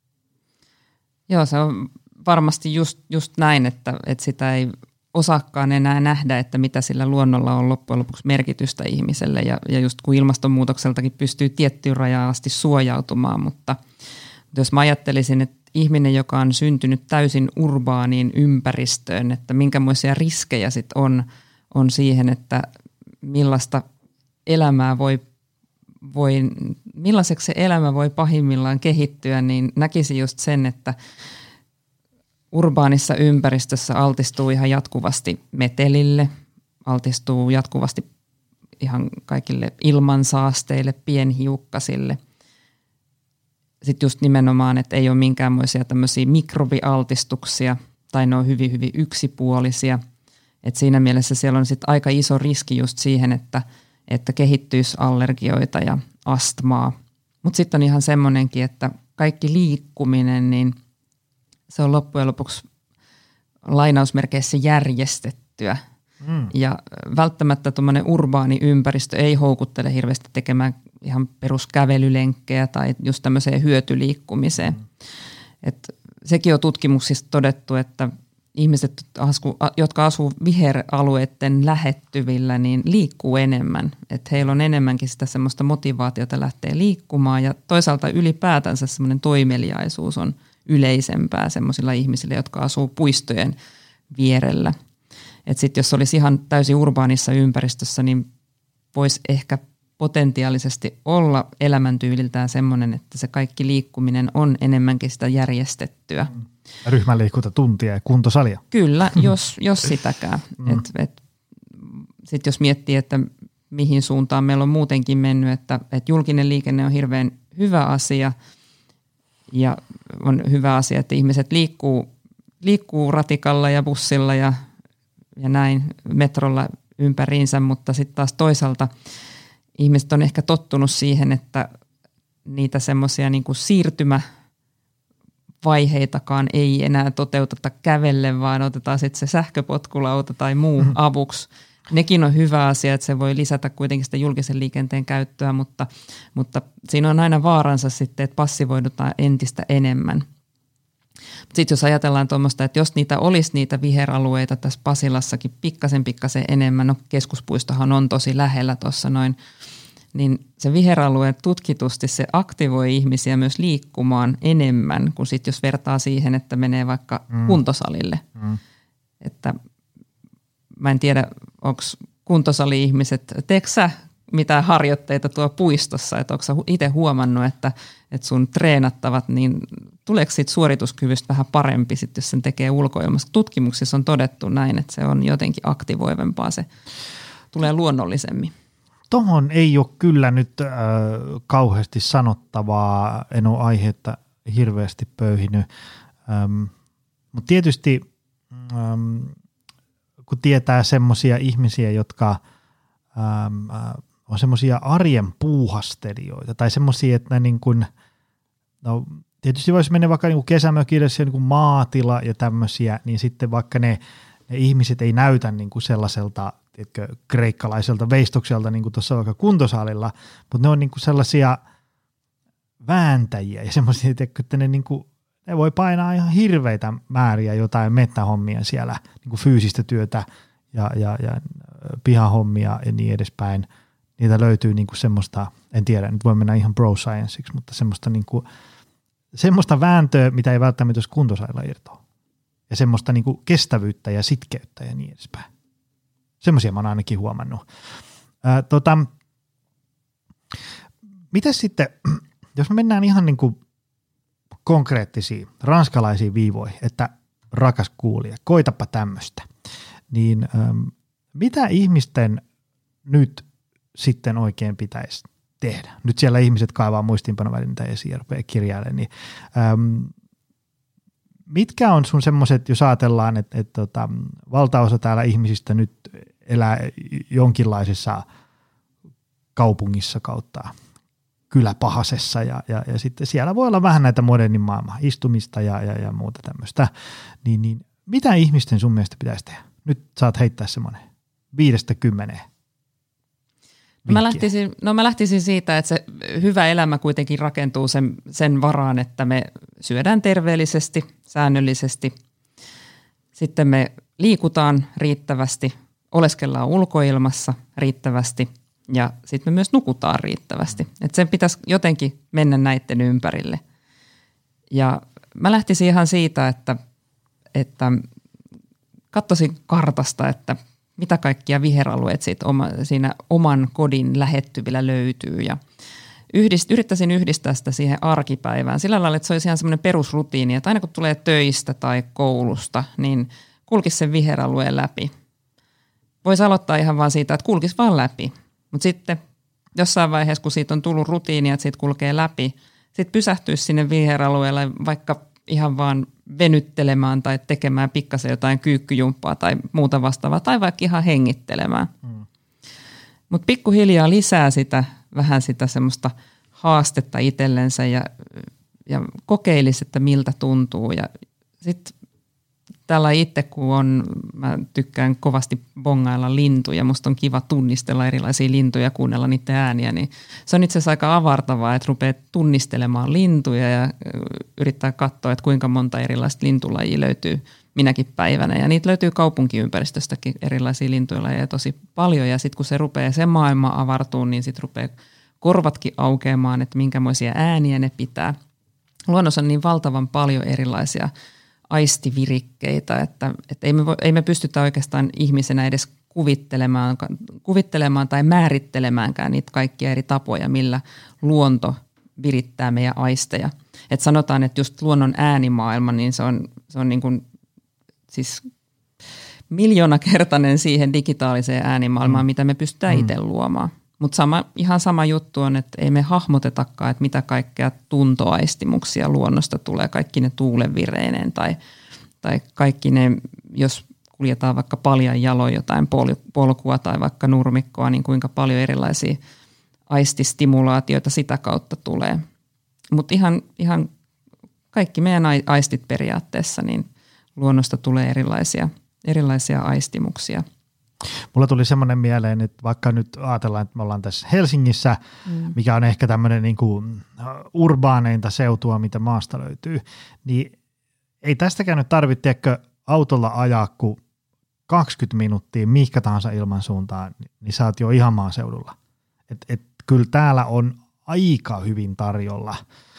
Joo, se on varmasti just näin, että sitä ei osaakaan enää nähdä, että mitä sillä luonnolla on loppujen lopuksi merkitystä ihmiselle. Ja just kun ilmastonmuutokseltakin pystyy tiettyyn rajaan asti suojautumaan, mutta jos mä ajattelisin, että ihminen, joka on syntynyt täysin urbaaniin ympäristöön, että minkämoisia riskejä sitten on siihen, että millaista elämää millaiseksi se elämä voi pahimmillaan kehittyä, niin näkisin just sen, että urbaanissa ympäristössä altistuu ihan jatkuvasti metelille, altistuu jatkuvasti ihan kaikille ilmansaasteille, pienhiukkasille. Sitten just nimenomaan, että ei ole minkäänmoisia tämmöisiä mikrobialtistuksia tai ne on hyvin, hyvin yksipuolisia. Et siinä mielessä siellä on sitten aika iso riski just siihen, että kehittyisi allergioita ja astmaa. Mutta sitten on ihan semmoinenkin, että kaikki liikkuminen, niin se on loppujen lopuksi lainausmerkeissä järjestettyä. Ja välttämättä tuommoinen urbaani ympäristö ei houkuttele hirveästi tekemään ihan peruskävelylenkkejä tai just tämmöiseen hyötyliikkumiseen. Et sekin on tutkimuksissa todettu, että ihmiset, jotka asuu viheralueiden lähettyvillä, niin liikkuu enemmän. Että heillä on enemmänkin sitä semmoista motivaatiota lähteä liikkumaan ja toisaalta ylipäätänsä semmoinen toimeliaisuus on yleisempää semmoisilla ihmisillä, jotka asuu puistojen vierellä. Että sitten jos olisi ihan täysin urbaanissa ympäristössä, niin voisi ehkä potentiaalisesti olla elämäntyyliltään semmoinen, että se kaikki liikkuminen on enemmänkin sitä järjestettyä. Ryhmäliikuntatuntia ja kuntosalia. Kyllä, jos sitäkään. Sitten jos miettii, että mihin suuntaan meillä on muutenkin mennyt, että julkinen liikenne on hirveän hyvä asia ja on hyvä asia, että ihmiset liikkuu ratikalla ja bussilla ja näin metrolla ympäriinsä, mutta sitten taas toisaalta ihmiset on ehkä tottunut siihen, että niitä semmoisia niin kuin siirtymävaiheitakaan ei enää toteuteta kävellen, vaan otetaan sitten se sähköpotkulauta tai muu avuksi. Nekin on hyvä asia, että se voi lisätä kuitenkin sitä julkisen liikenteen käyttöä, mutta siinä on aina vaaransa sitten, että passivoidutaan entistä enemmän. Sitten jos ajatellaan tuommoista, että jos niitä olisi niitä viheralueita tässä Pasilassakin pikkasen enemmän, no keskuspuistohan on tosi lähellä tuossa noin niin se viheralue tutkitusti se aktivoi ihmisiä myös liikkumaan enemmän kuin sit jos vertaa siihen, että menee vaikka kuntosalille. Että mä en tiedä, onko kuntosali-ihmiset, teekö sä mitä harjoitteita tuo puistossa, että onko sä itse huomannut, että sun treenattavat, niin tuleeko siitä suorituskyvystä vähän parempi sit, jos sen tekee ulkoilmassa? Tutkimuksissa on todettu näin, että se on jotenkin aktivoivempaa, se tulee luonnollisemmin. Tuohon ei ole kyllä nyt kauheasti sanottavaa, en ole aihetta hirveästi pöyhinyt, mutta tietysti kun tietää semmoisia ihmisiä, jotka on semmoisia arjen puuhastelijoita tai semmoisia, että ne niin kuin, no tietysti voisi mennä vaikka niin kuin kesämökille, niin kuin maatila ja tämmöisiä, niin sitten vaikka ne ihmiset ei näytä niin kuin sellaiselta kreikkalaiselta veistokselta niin kuin tuossa vaikka kuntosalilla, mutta ne on niin kuin sellaisia vääntäjiä ja semmoisia, että ne, niin kuin, ne voi painaa ihan hirveitä määriä jotain mettähommia siellä, niin kuin fyysistä työtä ja pihahommia ja niin edespäin. Niitä löytyy niin kuin semmoista, en tiedä, nyt voi mennä ihan bro scienceiksi, mutta semmoista, niin kuin, semmoista vääntöä, mitä ei välttämättä olisi kuntosalilla irtoa. Ja semmoista niin kuin kestävyyttä ja sitkeyttä ja niin edespäin. Semmoisia mä oon ainakin huomannut. Mitäs sitten, jos me mennään ihan niin kuin konkreettisiin ranskalaisiin viivoihin, että rakas kuulija, koitapa tämmöistä, niin mitä ihmisten nyt sitten oikein pitäisi tehdä? Nyt siellä ihmiset kaivaa muistiinpanovälineitä esiin ja rupeaa kirjailemaan, niin mitkä on sun semmoiset, jos ajatellaan, että valtaosa täällä ihmisistä nyt elää jonkinlaisessa kaupungissa kautta kyläpahasessa ja sitten siellä voi olla vähän näitä modernin maailman istumista ja muuta tämmöistä, niin mitä ihmisten sun mielestä pitäisi tehdä? Nyt saat heittää semmoinen 5-10. Mä lähtisin siitä, että se hyvä elämä kuitenkin rakentuu sen varaan, että me syödään terveellisesti, säännöllisesti. Sitten me liikutaan riittävästi, oleskellaan ulkoilmassa riittävästi ja sitten me myös nukutaan riittävästi. Että sen pitäisi jotenkin mennä näiden ympärille. Ja mä lähtisin ihan siitä, että katsoisin kartasta, että mitä kaikkia viheralueet siinä oman kodin lähettyvillä löytyy ja yrittäisin yhdistää sitä siihen arkipäivään sillä lailla, että se olisi ihan semmoinen perusrutiini, että aina kun tulee töistä tai koulusta, niin kulkisi sen viheralueen läpi. Voisi aloittaa ihan vaan siitä, että kulkisi vaan läpi, mutta sitten jossain vaiheessa, kun siitä on tullut rutiinia, että siitä kulkee läpi, sitten pysähtyisi sinne viheralueelle vaikka ihan vaan venyttelemään tai tekemään pikkasen jotain kyykkyjumppaa tai muuta vastaavaa tai vaikka ihan hengittelemään. Mutta pikkuhiljaa lisää vähän sitä semmoista haastetta itsellensä ja kokeilisi, että miltä tuntuu. Ja sitten tällä itse, mä tykkään kovasti bongailla lintuja, musta on kiva tunnistella erilaisia lintuja, kuunnella niiden ääniä, niin se on itse asiassa aika avartavaa, että rupeat tunnistelemaan lintuja ja yrittää katsoa, että kuinka monta erilaista lintulajia löytyy minäkin päivänä. Ja niitä löytyy kaupunkiympäristöstäkin erilaisia lintulajeja tosi paljon ja sitten kun se rupeaa se maailma avartuu, niin sitten rupeaa korvatkin aukeamaan, että minkämoisia ääniä ne pitää. Luonnossa on niin valtavan paljon erilaisia aistivirikkeitä, että ei me pystytä oikeastaan ihmisenä edes kuvittelemaan tai määrittelemäänkään niitä kaikkia eri tapoja, millä luonto virittää meidän aisteja. Et sanotaan, että just luonnon äänimaailma, niin se on niin kuin, siis miljoonakertainen siihen digitaaliseen äänimaailmaan, mitä me pystytään itse luomaan. Mutta ihan sama juttu on, että ei me hahmotetakaan, että mitä kaikkea tuntoaistimuksia luonnosta tulee, kaikki ne tuulenvireineen tai kaikki ne, jos kuljetaan vaikka paljan jaloin jotain polkua tai vaikka nurmikkoa, niin kuinka paljon erilaisia aististimulaatioita sitä kautta tulee. Mutta ihan kaikki meidän aistit periaatteessa, niin luonnosta tulee erilaisia aistimuksia. Mulla tuli semmoinen mieleen, että vaikka nyt ajatellaan, että me ollaan tässä Helsingissä, mikä on ehkä tämmöinen niin kuin urbaaneinta seutua, mitä maasta löytyy, niin ei tästäkään nyt tarvitse autolla ajaa kuin 20 minuuttia mihinkä tahansa ilmansuuntaan, niin sä oot jo ihan maaseudulla. kyllä täällä on aika hyvin tarjolla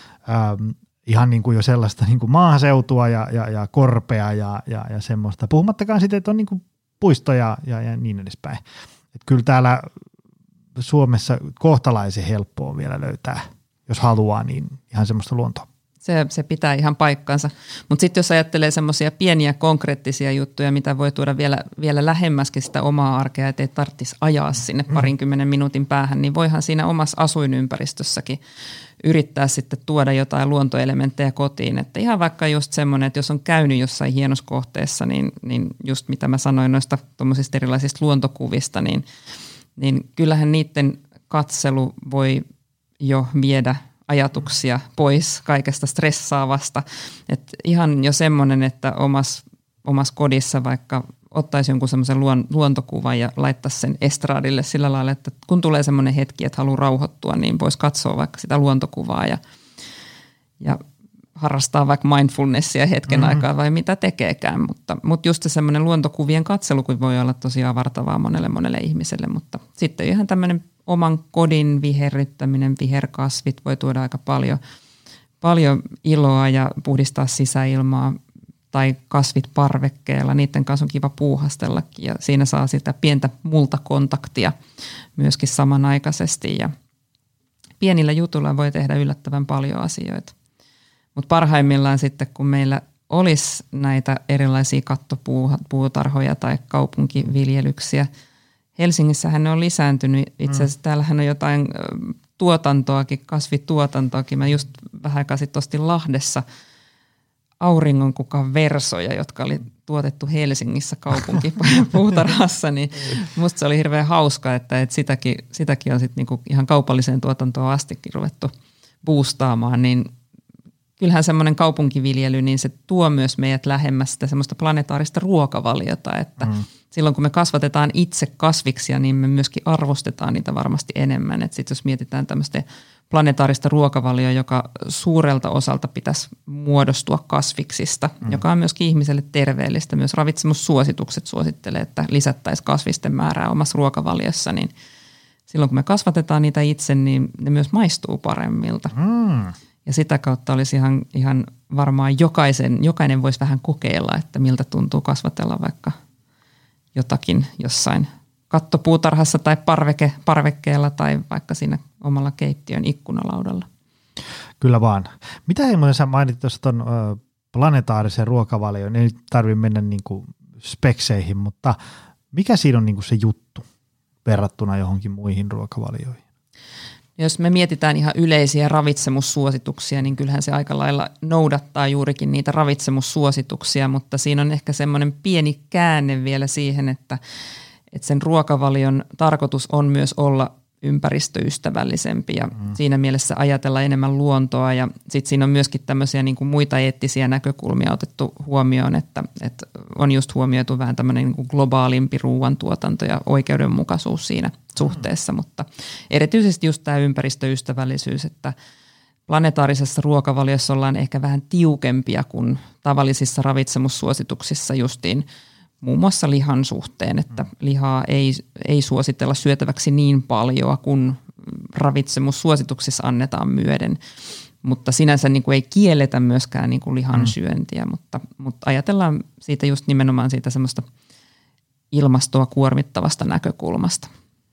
ihan niin kuin jo sellaista niin kuin maaseutua ja korpea ja semmoista. Puhumattakaan sitten, että on niin kuin puistoja ja niin edespäin. Että kyllä täällä Suomessa kohtalaisen helppoa on vielä löytää, jos haluaa, niin ihan semmoista luontoa. Se pitää ihan paikkansa. Mutta sitten jos ajattelee semmoisia pieniä konkreettisia juttuja, mitä voi tuoda vielä lähemmäskin sitä omaa arkea, ettei tarvitsisi ajaa sinne 20 minuutin päähän, niin voihan siinä omassa asuinympäristössäkin yrittää sitten tuoda jotain luontoelementtejä kotiin. Että ihan vaikka just semmoinen, että jos on käynyt jossain hienossa kohteessa, niin just mitä mä sanoin noista tuommoisista erilaisista luontokuvista, niin kyllähän niiden katselu voi jo viedä ajatuksia pois kaikesta stressaavasta. Et ihan jo semmoinen, että omassa kodissa vaikka ottaisi jonkun semmoisen luontokuvan ja laittaisi sen estraadille sillä lailla, että kun tulee semmoinen hetki, että haluaa rauhoittua, niin voisi katsoa vaikka sitä luontokuvaa ja harrastaa vaikka mindfulnessia hetken aikaa vai mitä tekeekään. Mutta just se semmoinen luontokuvien katselu voi olla tosi avartavaa monelle ihmiselle, mutta sitten ihan tämmöinen oman kodin viherryttäminen, viherkasvit voi tuoda aika paljon iloa ja puhdistaa sisäilmaa tai kasvit parvekkeella. Niiden kanssa on kiva puuhastellakin ja siinä saa sitä pientä multakontaktia myöskin samanaikaisesti ja pienillä jutuilla voi tehdä yllättävän paljon asioita. Mutta parhaimmillaan sitten, kun meillä olisi näitä erilaisia kattopuutarhoja tai kaupunkiviljelyksiä, Helsingissähän ne on lisääntynyt. Itse asiassa täällähän on jotain tuotantoakin, kasvituotantoakin. Mä just vähän aikaa sitten ostin Lahdessa auringonkukan versoja, jotka oli tuotettu Helsingissä kaupunkipuutarhassa. Niin musta se oli hirveän hauska, että sitäkin on sitten niinku ihan kaupalliseen tuotantoon astikin ruvettu boostaamaan. Niin kyllähän semmoinen kaupunkiviljely, niin se tuo myös meidät lähemmäs sitä semmoista planetaarista ruokavaliota, että silloin kun me kasvatetaan itse kasviksia, niin me myöskin arvostetaan niitä varmasti enemmän. Sitten jos mietitään tämmöistä planetaarista ruokavalioa, joka suurelta osalta pitäisi muodostua kasviksista, joka on myöskin ihmiselle terveellistä. Myös ravitsemussuositukset suosittelee, että lisättäisiin kasvisten määrää omassa ruokavaliossa, niin silloin kun me kasvatetaan niitä itse, niin ne myös maistuu paremmilta. Ja sitä kautta olisi ihan varmaan jokainen voisi vähän kokeilla, että miltä tuntuu kasvatella vaikka jotakin jossain kattopuutarhassa tai parvekkeella tai vaikka siinä omalla keittiön ikkunalaudalla. Kyllä vaan. Mitä Heimonen sä mainitsit tuossa tuon planetaarisen ruokavalion, ei tarvitse mennä niinku spekseihin, mutta mikä siinä on niinku se juttu verrattuna johonkin muihin ruokavalioihin? Jos me mietitään ihan yleisiä ravitsemussuosituksia, niin kyllähän se aika lailla noudattaa juurikin niitä ravitsemussuosituksia, mutta siinä on ehkä semmoinen pieni käänne vielä siihen, että sen ruokavalion tarkoitus on myös olla ympäristöystävällisempi ja siinä mielessä ajatella enemmän luontoa ja sitten siinä on myöskin tämmöisiä niin kuin muita eettisiä näkökulmia otettu huomioon, että on just huomioitu vähän tämmöinen niin kuin globaalimpi ruoantuotanto ja oikeudenmukaisuus siinä suhteessa, mutta erityisesti just tämä ympäristöystävällisyys, että planetaarisessa ruokavaliossa ollaan ehkä vähän tiukempia kuin tavallisissa ravitsemussuosituksissa justiin muun muassa lihan suhteen, että lihaa ei suositella syötäväksi niin paljon kuin ravitsemussuosituksissa annetaan myöden, mutta sinänsä niin kuin ei kielletä myöskään niin kuin lihan syöntiä, mutta ajatellaan siitä just nimenomaan siitä semmoista ilmastoa kuormittavasta näkökulmasta.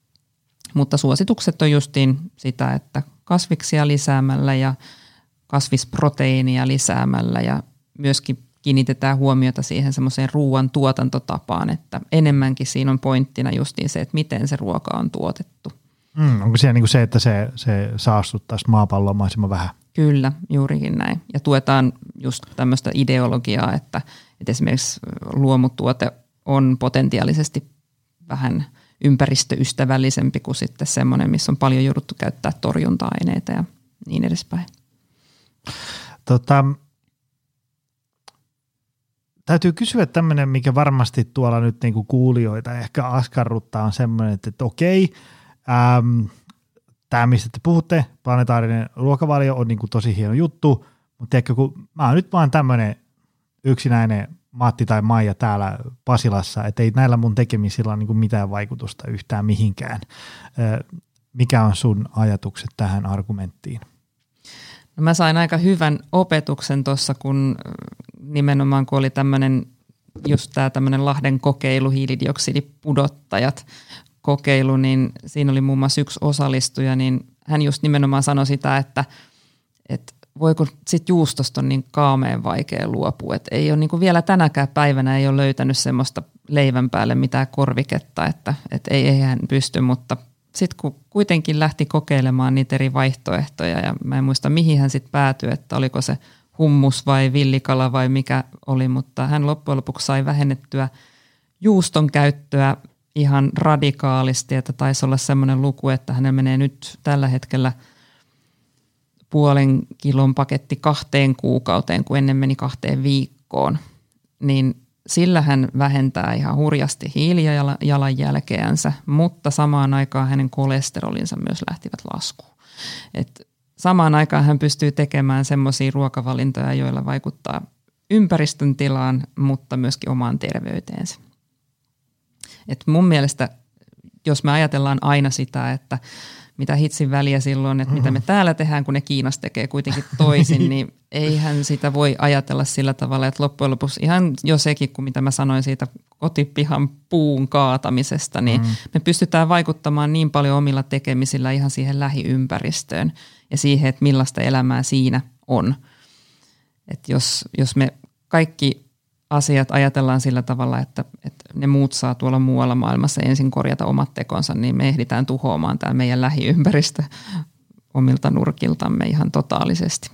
Mutta suositukset on justiin sitä, että kasviksia lisäämällä ja kasvisproteiinia lisäämällä ja myöskin kiinnitetään huomiota siihen semmoiseen ruoan tuotantotapaan, että enemmänkin siinä on pointtina justiin se, että miten se ruoka on tuotettu. Onko siellä niin kuin se, että se saastuttaisi maapalloa mahdollisimman vähän? Kyllä, juurikin näin. Ja tuetaan just tämmöistä ideologiaa, että esimerkiksi luomutuote on potentiaalisesti vähän ympäristöystävällisempi kuin sitten semmoinen, missä on paljon jouduttu käyttää torjunta-aineita ja niin edespäin. Täytyy kysyä tämmöinen, mikä varmasti tuolla nyt niinku kuulijoita ehkä askarruttaa, on semmoinen, että okei, tämä mistä te puhutte, planetaarinen ruokavalio on niinku tosi hieno juttu, mutta tiedätkö, kun mä oon nyt vaan tämmöinen yksinäinen Matti tai Maija täällä Pasilassa, että ei näillä mun tekemisillä ole niinku mitään vaikutusta yhtään mihinkään. mikä on sun ajatukset tähän argumenttiin? No mä sain aika hyvän opetuksen tuossa, kun nimenomaan kun oli tämmöinen just tämä tämmöinen Lahden kokeilu, hiilidioksidipudottajat kokeilu, niin siinä oli muun muassa yksi osallistuja, niin hän just nimenomaan sanoi sitä, että voiko sit juustosta on niin kaameen vaikea luopua, että ei ole niin kuin vielä tänäkään päivänä ei ole löytänyt semmoista leivän päälle mitään korviketta, että ei hän pysty, mutta sitten kun kuitenkin lähti kokeilemaan niitä eri vaihtoehtoja ja mä en muista mihin hän sitten päätyi, että oliko se hummus vai villikala vai mikä oli, mutta hän loppujen lopuksi sai vähennettyä juuston käyttöä ihan radikaalisti, että taisi olla semmoinen luku, että hänellä menee nyt tällä hetkellä 0,5 kilon paketti 2 kuukauteen, kun ennen meni 2 viikkoon, niin sillä hän vähentää ihan hurjasti hiilijalanjälkeänsä, mutta samaan aikaan hänen kolesterolinsa myös lähtivät laskuun. Et samaan aikaan hän pystyy tekemään semmoisia ruokavalintoja, joilla vaikuttaa ympäristön tilaan, mutta myöskin omaan terveyteensä. Et mun mielestä, jos me ajatellaan aina sitä, että mitä hitsin väliä silloin, että mitä me täällä tehdään, kun ne Kiinassa tekee kuitenkin toisin, niin eihän sitä voi ajatella sillä tavalla, että loppujen lopuksi ihan jo sekin, kun mitä mä sanoin siitä kotipihan puun kaatamisesta, niin me pystytään vaikuttamaan niin paljon omilla tekemisillä ihan siihen lähiympäristöön ja siihen, että millaista elämää siinä on. Että jos me kaikki asiat ajatellaan sillä tavalla, että ne muut saa tuolla muualla maailmassa ensin korjata omat tekonsa, niin me ehditään tuhoamaan tämä meidän lähiympäristö omilta nurkiltamme ihan totaalisesti.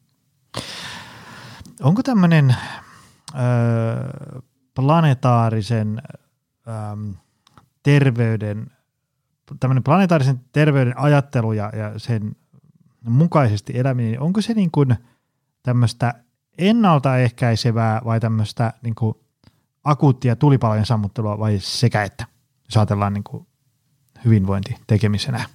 Onko tämmöinen planetaarisen terveyden ajattelu ja sen mukaisesti eläminen, onko se niin kuin tämmöistä ennaltaehkäisevää vai tämmöistä niin kuin akuuttia tulipalojen sammuttelua vai sekä että, jos ajatellaan niin kuin hyvinvointitekemisenä?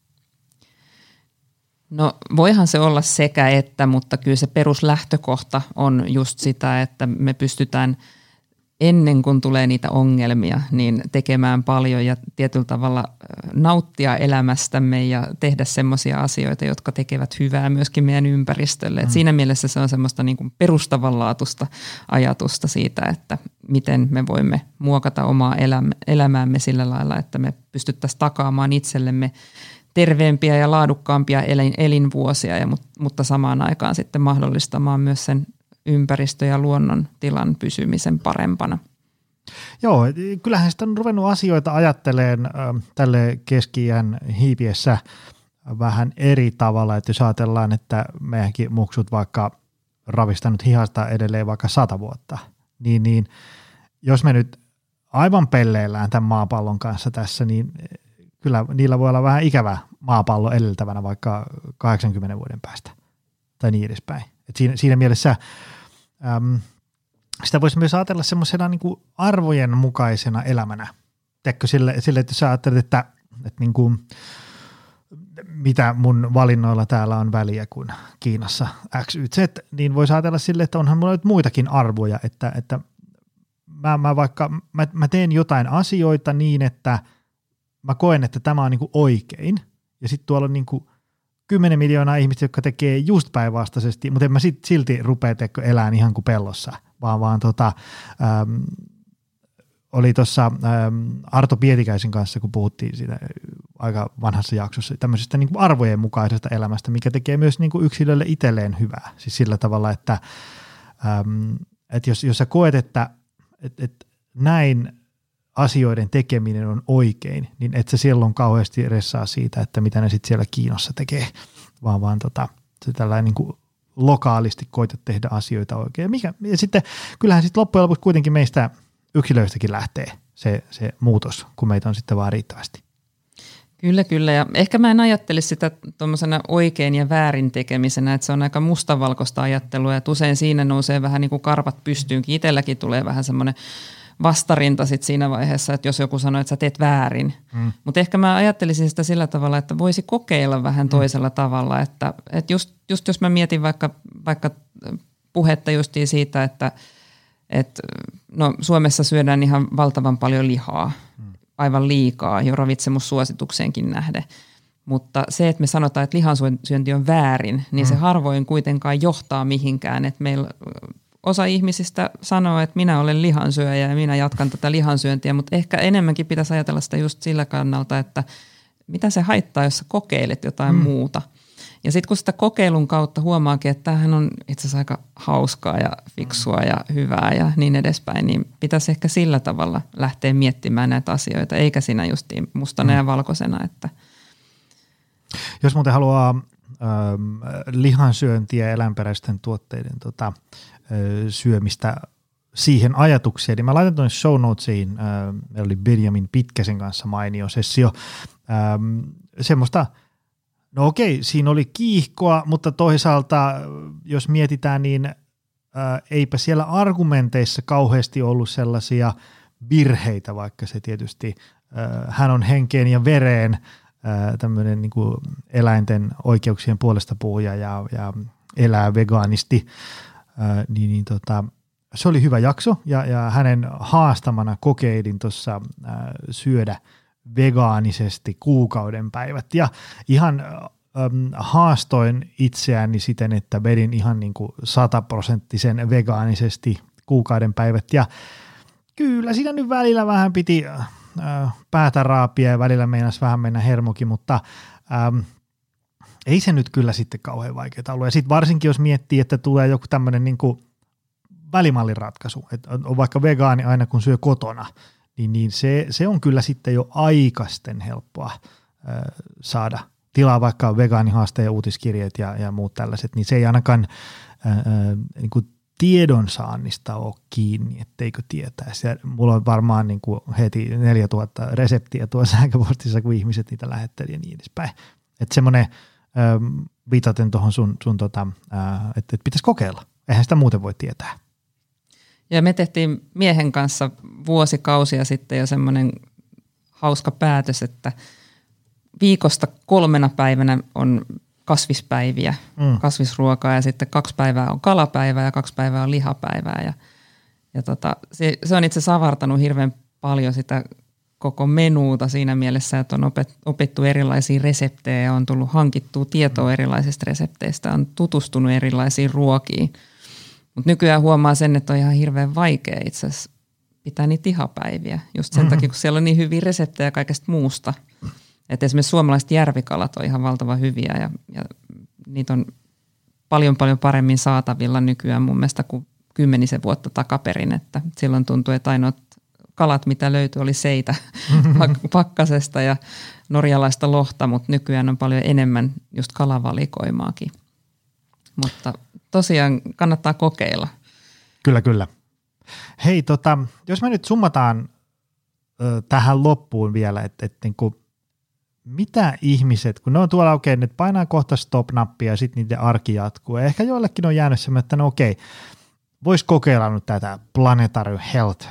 No voihan se olla sekä että, mutta kyllä se peruslähtökohta on just sitä, että me pystytään ennen kuin tulee niitä ongelmia, niin tekemään paljon ja tietyllä tavalla nauttia elämästämme ja tehdä semmoisia asioita, jotka tekevät hyvää myöskin meidän ympäristölle. Et siinä mielessä se on semmoista niin kuin perustavanlaatuista ajatusta siitä, että miten me voimme muokata omaa elämäämme sillä lailla, että me pystyttäisiin takaamaan itsellemme terveempiä ja laadukkaampia elinvuosia, mutta samaan aikaan sitten mahdollistamaan myös sen ympäristö- ja luonnon tilan pysymisen parempana. Joo, kyllähän sitä on ruvennut asioita ajattelemaan tälle keski-iän hiipiessä vähän eri tavalla, että jos ajatellaan, että meidänkin muksut vaikka ravistanut hihasta edelleen vaikka 100 vuotta, niin jos me nyt aivan pelleillään tämän maapallon kanssa tässä, niin kyllä niillä voi olla vähän ikävä maapallo edeltävänä vaikka 80 vuoden päästä tai niin edespäin. Et siinä mielessä sitä voisi myös ajatella semmoisena niin kuin arvojen mukaisena elämänä. Teekö sille, että sä ajattelet, että niin kuin, mitä mun valinnoilla täällä on väliä kuin Kiinassa X, Y, Z, niin voisi ajatella sille, että onhan mulla nyt muitakin arvoja, että mä teen jotain asioita niin, että mä koen, että tämä on niin kuin oikein, ja sitten tuolla on niin kuin 10 miljoonaa ihmistä, jotka tekee just päinvastaisesti, mutta en mä silti rupea elämään ihan kuin pellossa, vaan oli tuossa Arto Pietikäisen kanssa, kun puhuttiin siitä aika vanhassa jaksossa, tämmöisestä niin kuin arvojen mukaisesta elämästä, mikä tekee myös niin kuin yksilölle itselleen hyvää. Siis sillä tavalla, että jos sä koet, että näin asioiden tekeminen on oikein, niin et sä silloin kauheasti ressaa siitä, että mitä ne sitten siellä Kiinassa tekee, vaan se tällainen niin kuin lokaalisti koetat tehdä asioita oikein. Ja sitten kyllähän sitten loppujen lopuksi kuitenkin meistä yksilöistäkin lähtee se muutos, kun meitä on sitten vaan riittävästi. Kyllä. Ja ehkä mä en ajattelisi sitä tuommoisena oikein ja väärin tekemisenä, että se on aika mustavalkoista ajattelua, että usein siinä nousee vähän niin kuin karvat pystyynkin. Itselläkin tulee vähän semmoinen vastarinta sit siinä vaiheessa, että jos joku sanoo, että sä teet väärin. Mutta ehkä mä ajattelisin sitä sillä tavalla, että voisi kokeilla vähän toisella tavalla. Että just jos mä mietin vaikka puhetta justiin siitä, että no Suomessa syödään ihan valtavan paljon lihaa, aivan liikaa jo ravitsemussuositukseenkin nähden. Mutta se, että me sanotaan, että lihansyönti on väärin, niin se harvoin kuitenkaan johtaa mihinkään. Että meillä osa ihmisistä sanoo, että minä olen lihansyöjä ja minä jatkan tätä lihansyöntiä, mutta ehkä enemmänkin pitäisi ajatella sitä just sillä kannalta, että mitä se haittaa, jos sä kokeilet jotain muuta. Ja sitten kun sitä kokeilun kautta huomaakin, että tämähän on itse asiassa aika hauskaa ja fiksua ja hyvää ja niin edespäin, niin pitäisi ehkä sillä tavalla lähteä miettimään näitä asioita, eikä siinä justiin mustana ja valkoisena. Että. Jos muuten haluaa lihansyöntiä ja eläinperäisten tuotteiden syömistä siihen ajatuksia, niin mä laitan tuonne show notesiin, meillä oli Benjamin Pitkäsen kanssa mainio sessio, semmoista. No okei, siinä oli kiihkoa, mutta toisaalta jos mietitään, niin eipä siellä argumenteissa kauheasti ollut sellaisia virheitä, vaikka se tietysti, hän on henkeen ja vereen tämmöinen niin kuin eläinten oikeuksien puolesta puhuja ja elää vegaanisti, se oli hyvä jakso ja hänen haastamana kokeilin tuossa syödä vegaanisesti kuukauden päivät ja ihan haastoin itseäni siten, että vedin ihan niin kuin 100% vegaanisesti kuukauden päivät ja kyllä siinä nyt välillä vähän piti päätä raapia ja välillä meinasi vähän mennä hermokin, mutta ei se nyt kyllä sitten kauhean vaikeaa ollut ja sitten varsinkin jos miettii, että tulee joku tämmöinen niin kuin välimallin ratkaisu, että on vaikka vegaani aina kun syö kotona, niin se on kyllä sitten jo aikaisten helppoa saada tilaa vaikka vegaanihaaste ja uutiskirjeet ja muut tällaiset, niin se ei ainakaan niin kuin tiedonsaannista ole kiinni, etteikö tietäisi. Ja mulla on varmaan niin kuin heti 4000 reseptiä tuossa sähköpostissa, kun ihmiset niitä lähetteli ja niin edespäin. Että semmoinen viitaten tuohon sun että pitäisi kokeilla. Eihän sitä muuten voi tietää. Ja me tehtiin miehen kanssa vuosikausia sitten jo semmoinen hauska päätös, että viikosta 3 päivänä on kasvispäiviä, kasvisruokaa ja sitten 2 päivää on kalapäivää ja 2 päivää on lihapäivää. Se on itse asiassa avartanut hirveän paljon sitä koko menuuta siinä mielessä, että on opittu erilaisia reseptejä ja on tullut hankittua tietoa erilaisista resepteistä, on tutustunut erilaisiin ruokiin. Mutta nykyään huomaa sen, että on ihan hirveän vaikea itse asiassa pitää niitä lihapäiviä. Just sen takia, kun siellä on niin hyviä reseptejä kaikesta muusta. Että esimerkiksi suomalaiset järvikalat on ihan valtavan hyviä ja niitä on paljon paremmin saatavilla nykyään mun mielestä kuin 10 vuotta takaperin. Että silloin tuntui, että ainoat kalat, mitä löytyi, oli seitä pakkasesta ja norjalaista lohta, mutta nykyään on paljon enemmän just kalavalikoimaakin. Mutta tosiaan kannattaa kokeilla. Kyllä. Hei, jos me nyt summataan tähän loppuun vielä, että niinku, mitä ihmiset, kun ne on tuolla nyt painaa kohta stop-nappia ja sitten niiden arki jatkuu. Ja ehkä joillekin on jäänyt semmoinen, että no okei, vois kokeilla nyt tätä Planetary Health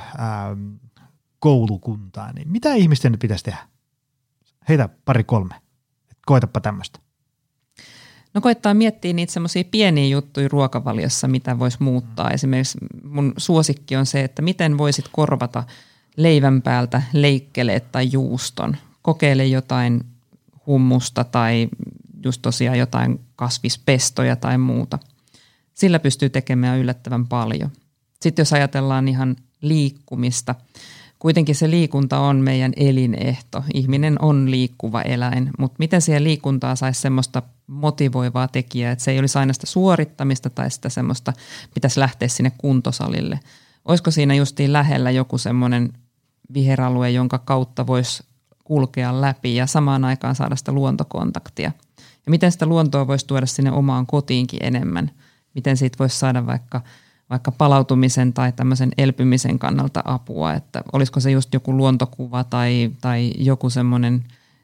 koulukuntaa. Niin mitä ihmisten nyt pitäisi tehdä? Heitä 2-3. Koetapa tämmöistä. No koittaa miettiä niitä semmoisia pieniä juttuja ruokavaliossa, mitä voisi muuttaa. Esimerkiksi mun suosikki on se, että miten voisit korvata leivän päältä leikkeleet tai juuston. Kokeile jotain hummusta tai just tosiaan jotain kasvispestoja tai muuta. Sillä pystyy tekemään yllättävän paljon. Sitten jos ajatellaan ihan liikkumista, kuitenkin se liikunta on meidän elinehto. Ihminen on liikkuva eläin, mutta miten siihen liikuntaa saisi semmoista motivoivaa tekijää, että se ei olisi aina sitä suorittamista tai sitä semmoista, pitäisi lähteä sinne kuntosalille. Olisiko siinä justiin lähellä joku semmoinen viheralue, jonka kautta voisi kulkea läpi ja samaan aikaan saada sitä luontokontaktia. Ja miten sitä luontoa voisi tuoda sinne omaan kotiinkin enemmän. Miten siitä voisi saada vaikka palautumisen tai tämmöisen elpymisen kannalta apua, että olisiko se just joku luontokuva tai joku semmoinen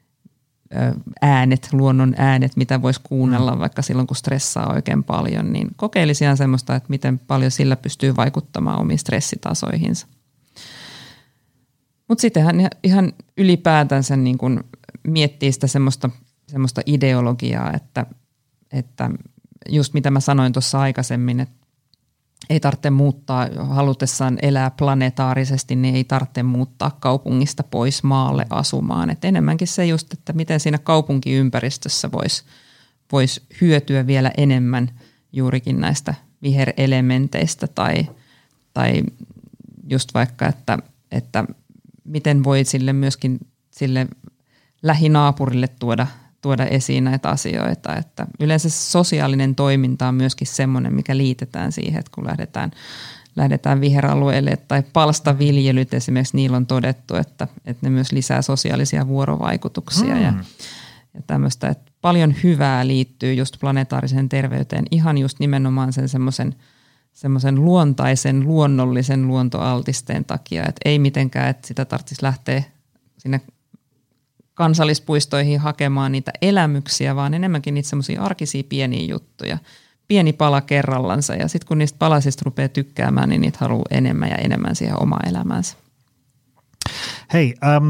luonnon äänet, mitä voisi kuunnella vaikka silloin, kun stressaa oikein paljon, niin kokeilisi ihan semmoista, että miten paljon sillä pystyy vaikuttamaan omiin stressitasoihinsa. Mutta sittenhän ihan ylipäätänsä niin kun miettii sitä semmoista ideologiaa, että just mitä mä sanoin tuossa aikaisemmin, ei tarvitse muuttaa, halutessaan elää planetaarisesti, niin ei tarvitse muuttaa kaupungista pois maalle asumaan. Et enemmänkin se just, että miten siinä kaupunkiympäristössä voisi hyötyä vielä enemmän juurikin näistä viherelementeistä tai just vaikka, että miten voi myöskin sille lähinaapurille tuoda esiin näitä asioita. Että yleensä sosiaalinen toiminta on myöskin semmoinen, mikä liitetään siihen, että kun lähdetään viheralueelle tai palstaviljelyt esimerkiksi, niillä on todettu, että ne myös lisää sosiaalisia vuorovaikutuksia ja tämmöistä, että paljon hyvää liittyy just planetaariseen terveyteen ihan just nimenomaan sen semmoisen luontaisen, luonnollisen luontoaltisteen takia, että ei mitenkään, että sitä tarvitsisi lähteä sinne kansallispuistoihin hakemaan niitä elämyksiä, vaan enemmänkin niitä semmoisia arkisia pieniä juttuja, pieni pala kerrallansa ja sitten kun niistä palasista rupeaa tykkäämään, niin niitä haluaa enemmän ja enemmän siihen omaan elämäänsä. Hei,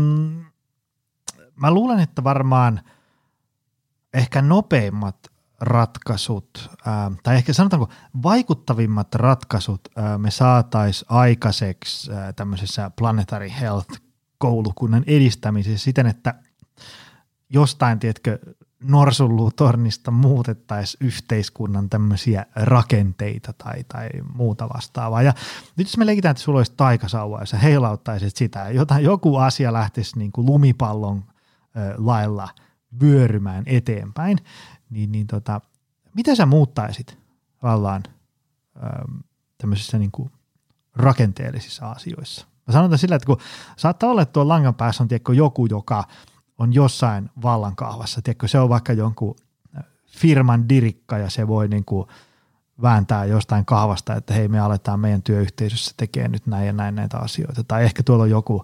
mä luulen, että varmaan ehkä nopeimmat ratkaisut, tai ehkä sanotaanko vaikuttavimmat ratkaisut me saataisiin aikaiseksi tämmöisessä Planetary Health-koulukunnan edistämisessä siten, että jostain, tiedätkö, norsunluutornista muutettaisiin yhteiskunnan tämmöisiä rakenteita tai muuta vastaavaa. Ja nyt jos me leikitään, että sulla olisi taikasauva ja sä heilauttaisit sitä, joku asia lähtisi niin kuin lumipallon lailla vyörymään eteenpäin, niin mitä sä muuttaisit vallaan tämmöisissä niin kuin rakenteellisissa asioissa? Mä sanon sillä, että kun saattaa olla, että tuolla langan päässä on tiedätkö, joku, joka on jossain vallankahvassa, tiedätkö, se on vaikka jonkun firman dirikka ja se voi niin kuin vääntää jostain kahvasta, että hei, me aletaan meidän työyhteisössä tekemään nyt näin ja näin näitä asioita. Tai ehkä tuolla on joku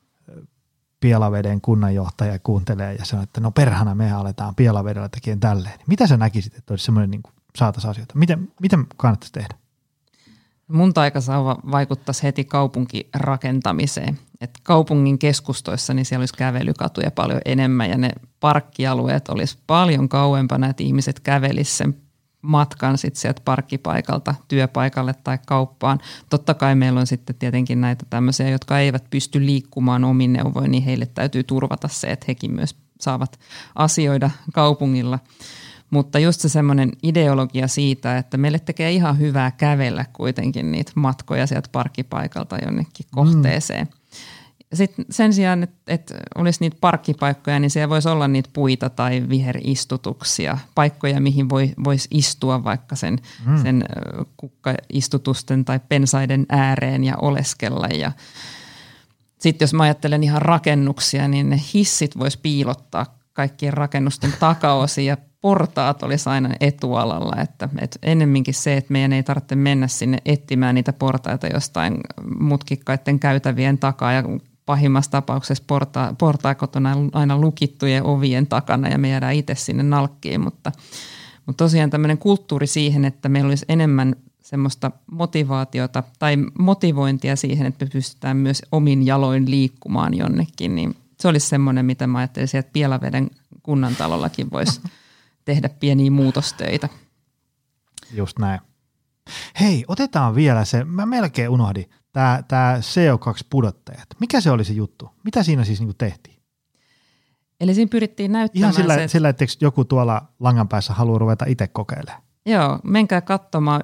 Pielaveden kunnanjohtaja kuuntelee ja sanoo, että no perhana me aletaan Pielavedellä tekemään tälleen. Mitä sä näkisit, että olisi semmoinen niin kuin saataisiin asioita? Miten kannattaisi tehdä? Mun taikasauva vaikuttaisi heti kaupunkirakentamiseen. Et kaupungin keskustoissa niin siellä olisi kävelykatuja paljon enemmän ja ne parkkialueet olisi paljon kauempana, että ihmiset kävelisivät sen matkan sitten sieltä parkkipaikalta työpaikalle tai kauppaan. Totta kai meillä on sitten tietenkin näitä tämmöisiä, jotka eivät pysty liikkumaan omin neuvoin, niin heille täytyy turvata se, että hekin myös saavat asioida kaupungilla. Mutta just se semmoinen ideologia siitä, että meille tekee ihan hyvää kävellä kuitenkin niitä matkoja sieltä parkkipaikalta jonnekin kohteeseen. Sitten sen sijaan, että olisi niitä parkkipaikkoja, niin siellä voisi olla niitä puita tai viheristutuksia, paikkoja, mihin voisi istua vaikka sen kukkaistutusten tai pensaiden ääreen ja oleskella. Ja sitten jos mä ajattelen ihan rakennuksia, niin ne hissit voisi piilottaa kaikkien rakennusten takaosia ja portaat olisi aina etualalla, että ennemminkin se, että meidän ei tarvitse mennä sinne etsimään niitä portaita jostain mutkikkaiden käytävien takaa ja pahimmassa tapauksessa portaikot on aina lukittujen ovien takana ja me jäädään itse sinne nalkkiin, mutta tosiaan tämmöinen kulttuuri siihen, että meillä olisi enemmän semmoista motivaatiota tai motivointia siihen, että me pystytään myös omin jaloin liikkumaan jonnekin, niin se olisi semmoinen, mitä mä ajattelisin, että Pielaveden kunnantalollakin voisi tehdä pieniä muutostöitä. Just näin. Hei, otetaan vielä se, mä melkein unohdin, tämä CO2-pudottajat. Mikä se oli se juttu? Mitä siinä siis niinku tehtiin? Eli siinä pyrittiin näyttämään ihan sillä että joku tuolla langan päässä haluaa ruveta itse kokeilemaan. Joo, menkää katsomaan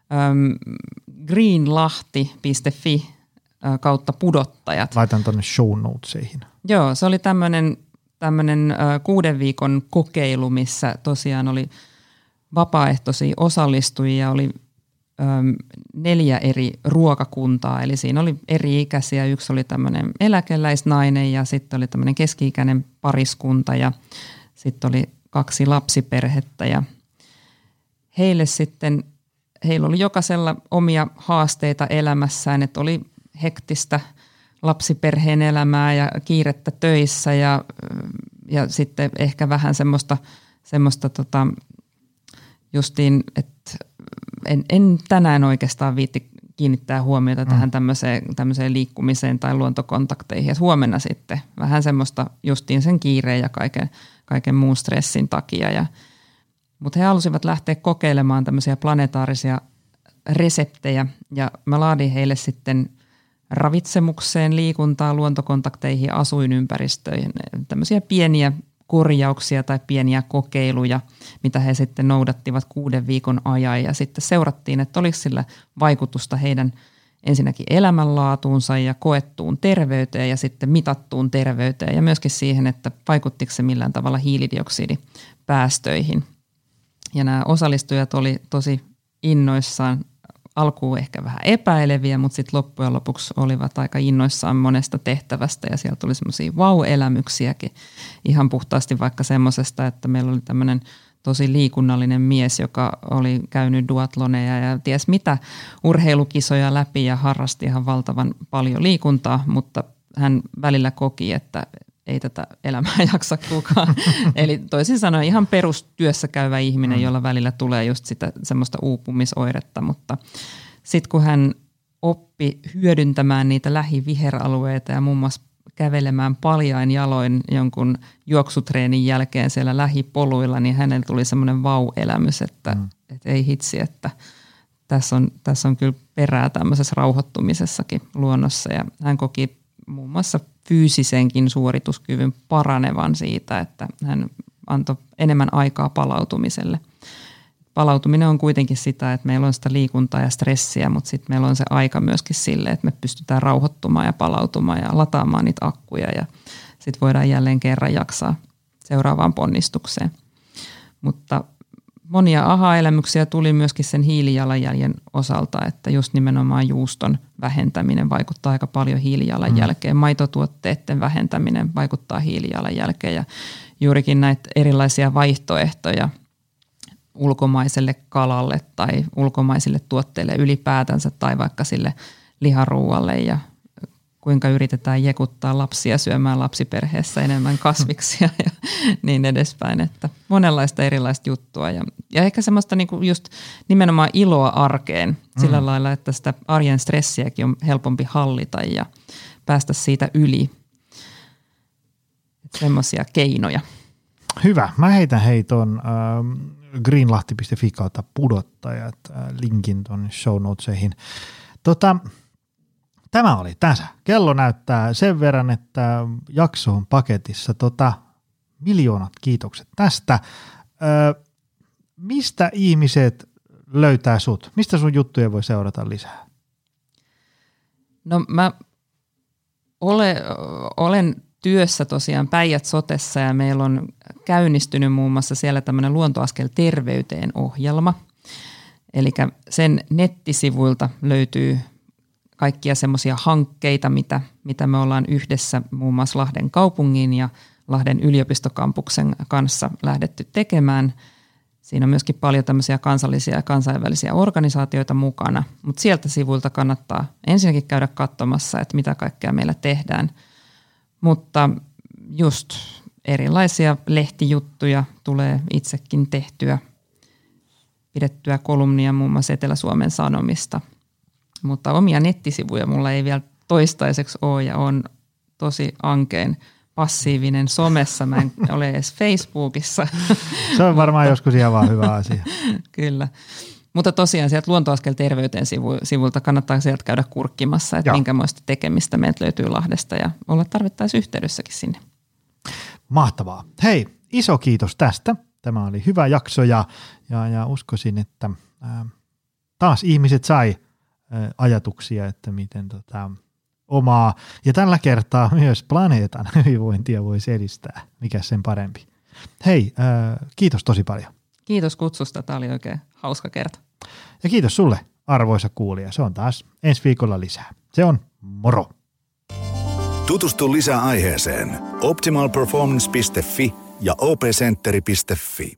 greenlahti.fi kautta pudottajat. Laitan tuonne show notesihin. Joo, se oli tämmöinen 6 viikon kokeilu, missä tosiaan oli vapaaehtoisia osallistujia, oli 4 eri ruokakuntaa, eli siinä oli eri ikäisiä. Yksi oli tämmöinen eläkeläisnainen ja sitten oli tämmöinen keski-ikäinen pariskunta ja sitten oli 2 lapsiperhettä ja heillä oli jokaisella omia haasteita elämässään, että oli hektistä lapsiperheen elämää ja kiirettä töissä ja sitten ehkä vähän semmoista justiin, että en tänään oikeastaan viitti kiinnittää huomiota tähän tämmöiseen liikkumiseen tai luontokontakteihin. Et huomenna sitten vähän semmoista justiin sen kiireen ja kaiken muun stressin takia. Mutta he halusivat lähteä kokeilemaan tämmöisiä planetaarisia reseptejä ja mä laadin heille sitten ravitsemukseen, liikuntaan, luontokontakteihin, asuinympäristöihin, tämmöisiä pieniä korjauksia tai pieniä kokeiluja, mitä he sitten noudattivat 6 viikon ajan ja sitten seurattiin, että oliko sillä vaikutusta heidän ensinnäkin elämänlaatuunsa ja koettuun terveyteen ja sitten mitattuun terveyteen ja myöskin siihen, että vaikuttiko se millään tavalla hiilidioksidipäästöihin. Ja nämä osallistujat oli tosi innoissaan, alkuun ehkä vähän epäileviä, mutta sitten loppujen lopuksi olivat aika innoissaan monesta tehtävästä ja sieltä tuli semmoisia vau-elämyksiäkin ihan puhtaasti vaikka semmoisesta, että meillä oli tämmöinen tosi liikunnallinen mies, joka oli käynyt duatloneja ja ties mitä urheilukisoja läpi ja harrasti ihan valtavan paljon liikuntaa, mutta hän välillä koki, että ei tätä elämää jaksa kukaan. Eli toisin sanoen ihan perustyössä käyvä ihminen, jolla välillä tulee just sitä semmoista uupumisoiretta, mutta sitten kun hän oppi hyödyntämään niitä lähiviheralueita ja muun muassa kävelemään paljain jaloin jonkun juoksutreenin jälkeen siellä lähipoluilla, niin hänellä tuli semmoinen vau-elämys, että ei hitsi, että tässä on kyllä perää tämmöisessä rauhoittumisessakin luonnossa ja hän koki muun muassa fyysisenkin suorituskyvyn paranevan siitä, että hän antoi enemmän aikaa palautumiselle. Palautuminen on kuitenkin sitä, että meillä on sitä liikuntaa ja stressiä, mutta sitten meillä on se aika myöskin sille, että me pystytään rauhoittumaan ja palautumaan ja lataamaan niitä akkuja ja sitten voidaan jälleen kerran jaksaa seuraavaan ponnistukseen. Mutta monia aha-elämyksiä tuli myöskin sen hiilijalanjäljen osalta, että just nimenomaan juuston vähentäminen vaikuttaa aika paljon hiilijalanjälkeen. Maitotuotteiden vähentäminen vaikuttaa hiilijalanjälkeen ja juurikin näitä erilaisia vaihtoehtoja ulkomaiselle kalalle tai ulkomaisille tuotteille ylipäätänsä tai vaikka sille liharuualle ja kuinka yritetään jekuttaa lapsia syömään lapsiperheessä enemmän kasviksia ja niin edespäin. Että monenlaista erilaista juttua ja ehkä semmoista niinku just nimenomaan iloa arkeen sillä lailla, että sitä arjen stressiäkin on helpompi hallita ja päästä siitä yli. Semmoisia keinoja. Hyvä. Mä heitän ton greenlahti.fi kautta pudottajat linkin tuonne show notesihin. Tämä oli tässä. Kello näyttää sen verran, että jakso on paketissa. Miljoonat kiitokset tästä. Mistä ihmiset löytää sut? Mistä sun juttuja voi seurata lisää? No mä olen työssä tosiaan Päijät-Sotessa ja meillä on käynnistynyt muun muassa siellä tämmöinen Luontoaskel terveyteen -ohjelma. Eli sen nettisivuilta löytyy kaikkia semmoisia hankkeita, mitä me ollaan yhdessä muun muassa Lahden kaupungin ja Lahden yliopistokampuksen kanssa lähdetty tekemään. Siinä on myöskin paljon tämmöisiä kansallisia ja kansainvälisiä organisaatioita mukana, mutta sieltä sivuilta kannattaa ensinnäkin käydä katsomassa, että mitä kaikkea meillä tehdään. Mutta just erilaisia lehtijuttuja tulee itsekin tehtyä, pidettyä kolumnia muun muassa Etelä-Suomen Sanomista. Mutta omia nettisivuja mulla ei vielä toistaiseksi ole ja on tosi ankeen passiivinen somessa. Mä en ole edes Facebookissa. Se on varmaan joskus ihan vaan hyvä asia. Kyllä. Mutta tosiaan sieltä Luontoaskel terveyteen sivulta kannattaa sieltä käydä kurkkimassa, että minkämoista tekemistä meiltä löytyy Lahdesta ja olla tarvittaessa yhteydessäkin sinne. Mahtavaa. Hei, iso kiitos tästä. Tämä oli hyvä jakso ja uskoisin, että taas ihmiset sai ajatuksia, että miten omaa ja tällä kertaa myös planeetan hyvinvointia voisi edistää. Mikä sen parempi. Hei, kiitos tosi paljon. Kiitos kutsusta. Tämä oli oikein hauska kerta. Ja kiitos sulle, arvoisa kuulija. Se on taas ensi viikolla lisää. Se on moro. Tutustu lisää aiheeseen optimalperformance.fi ja opcenteri.fi.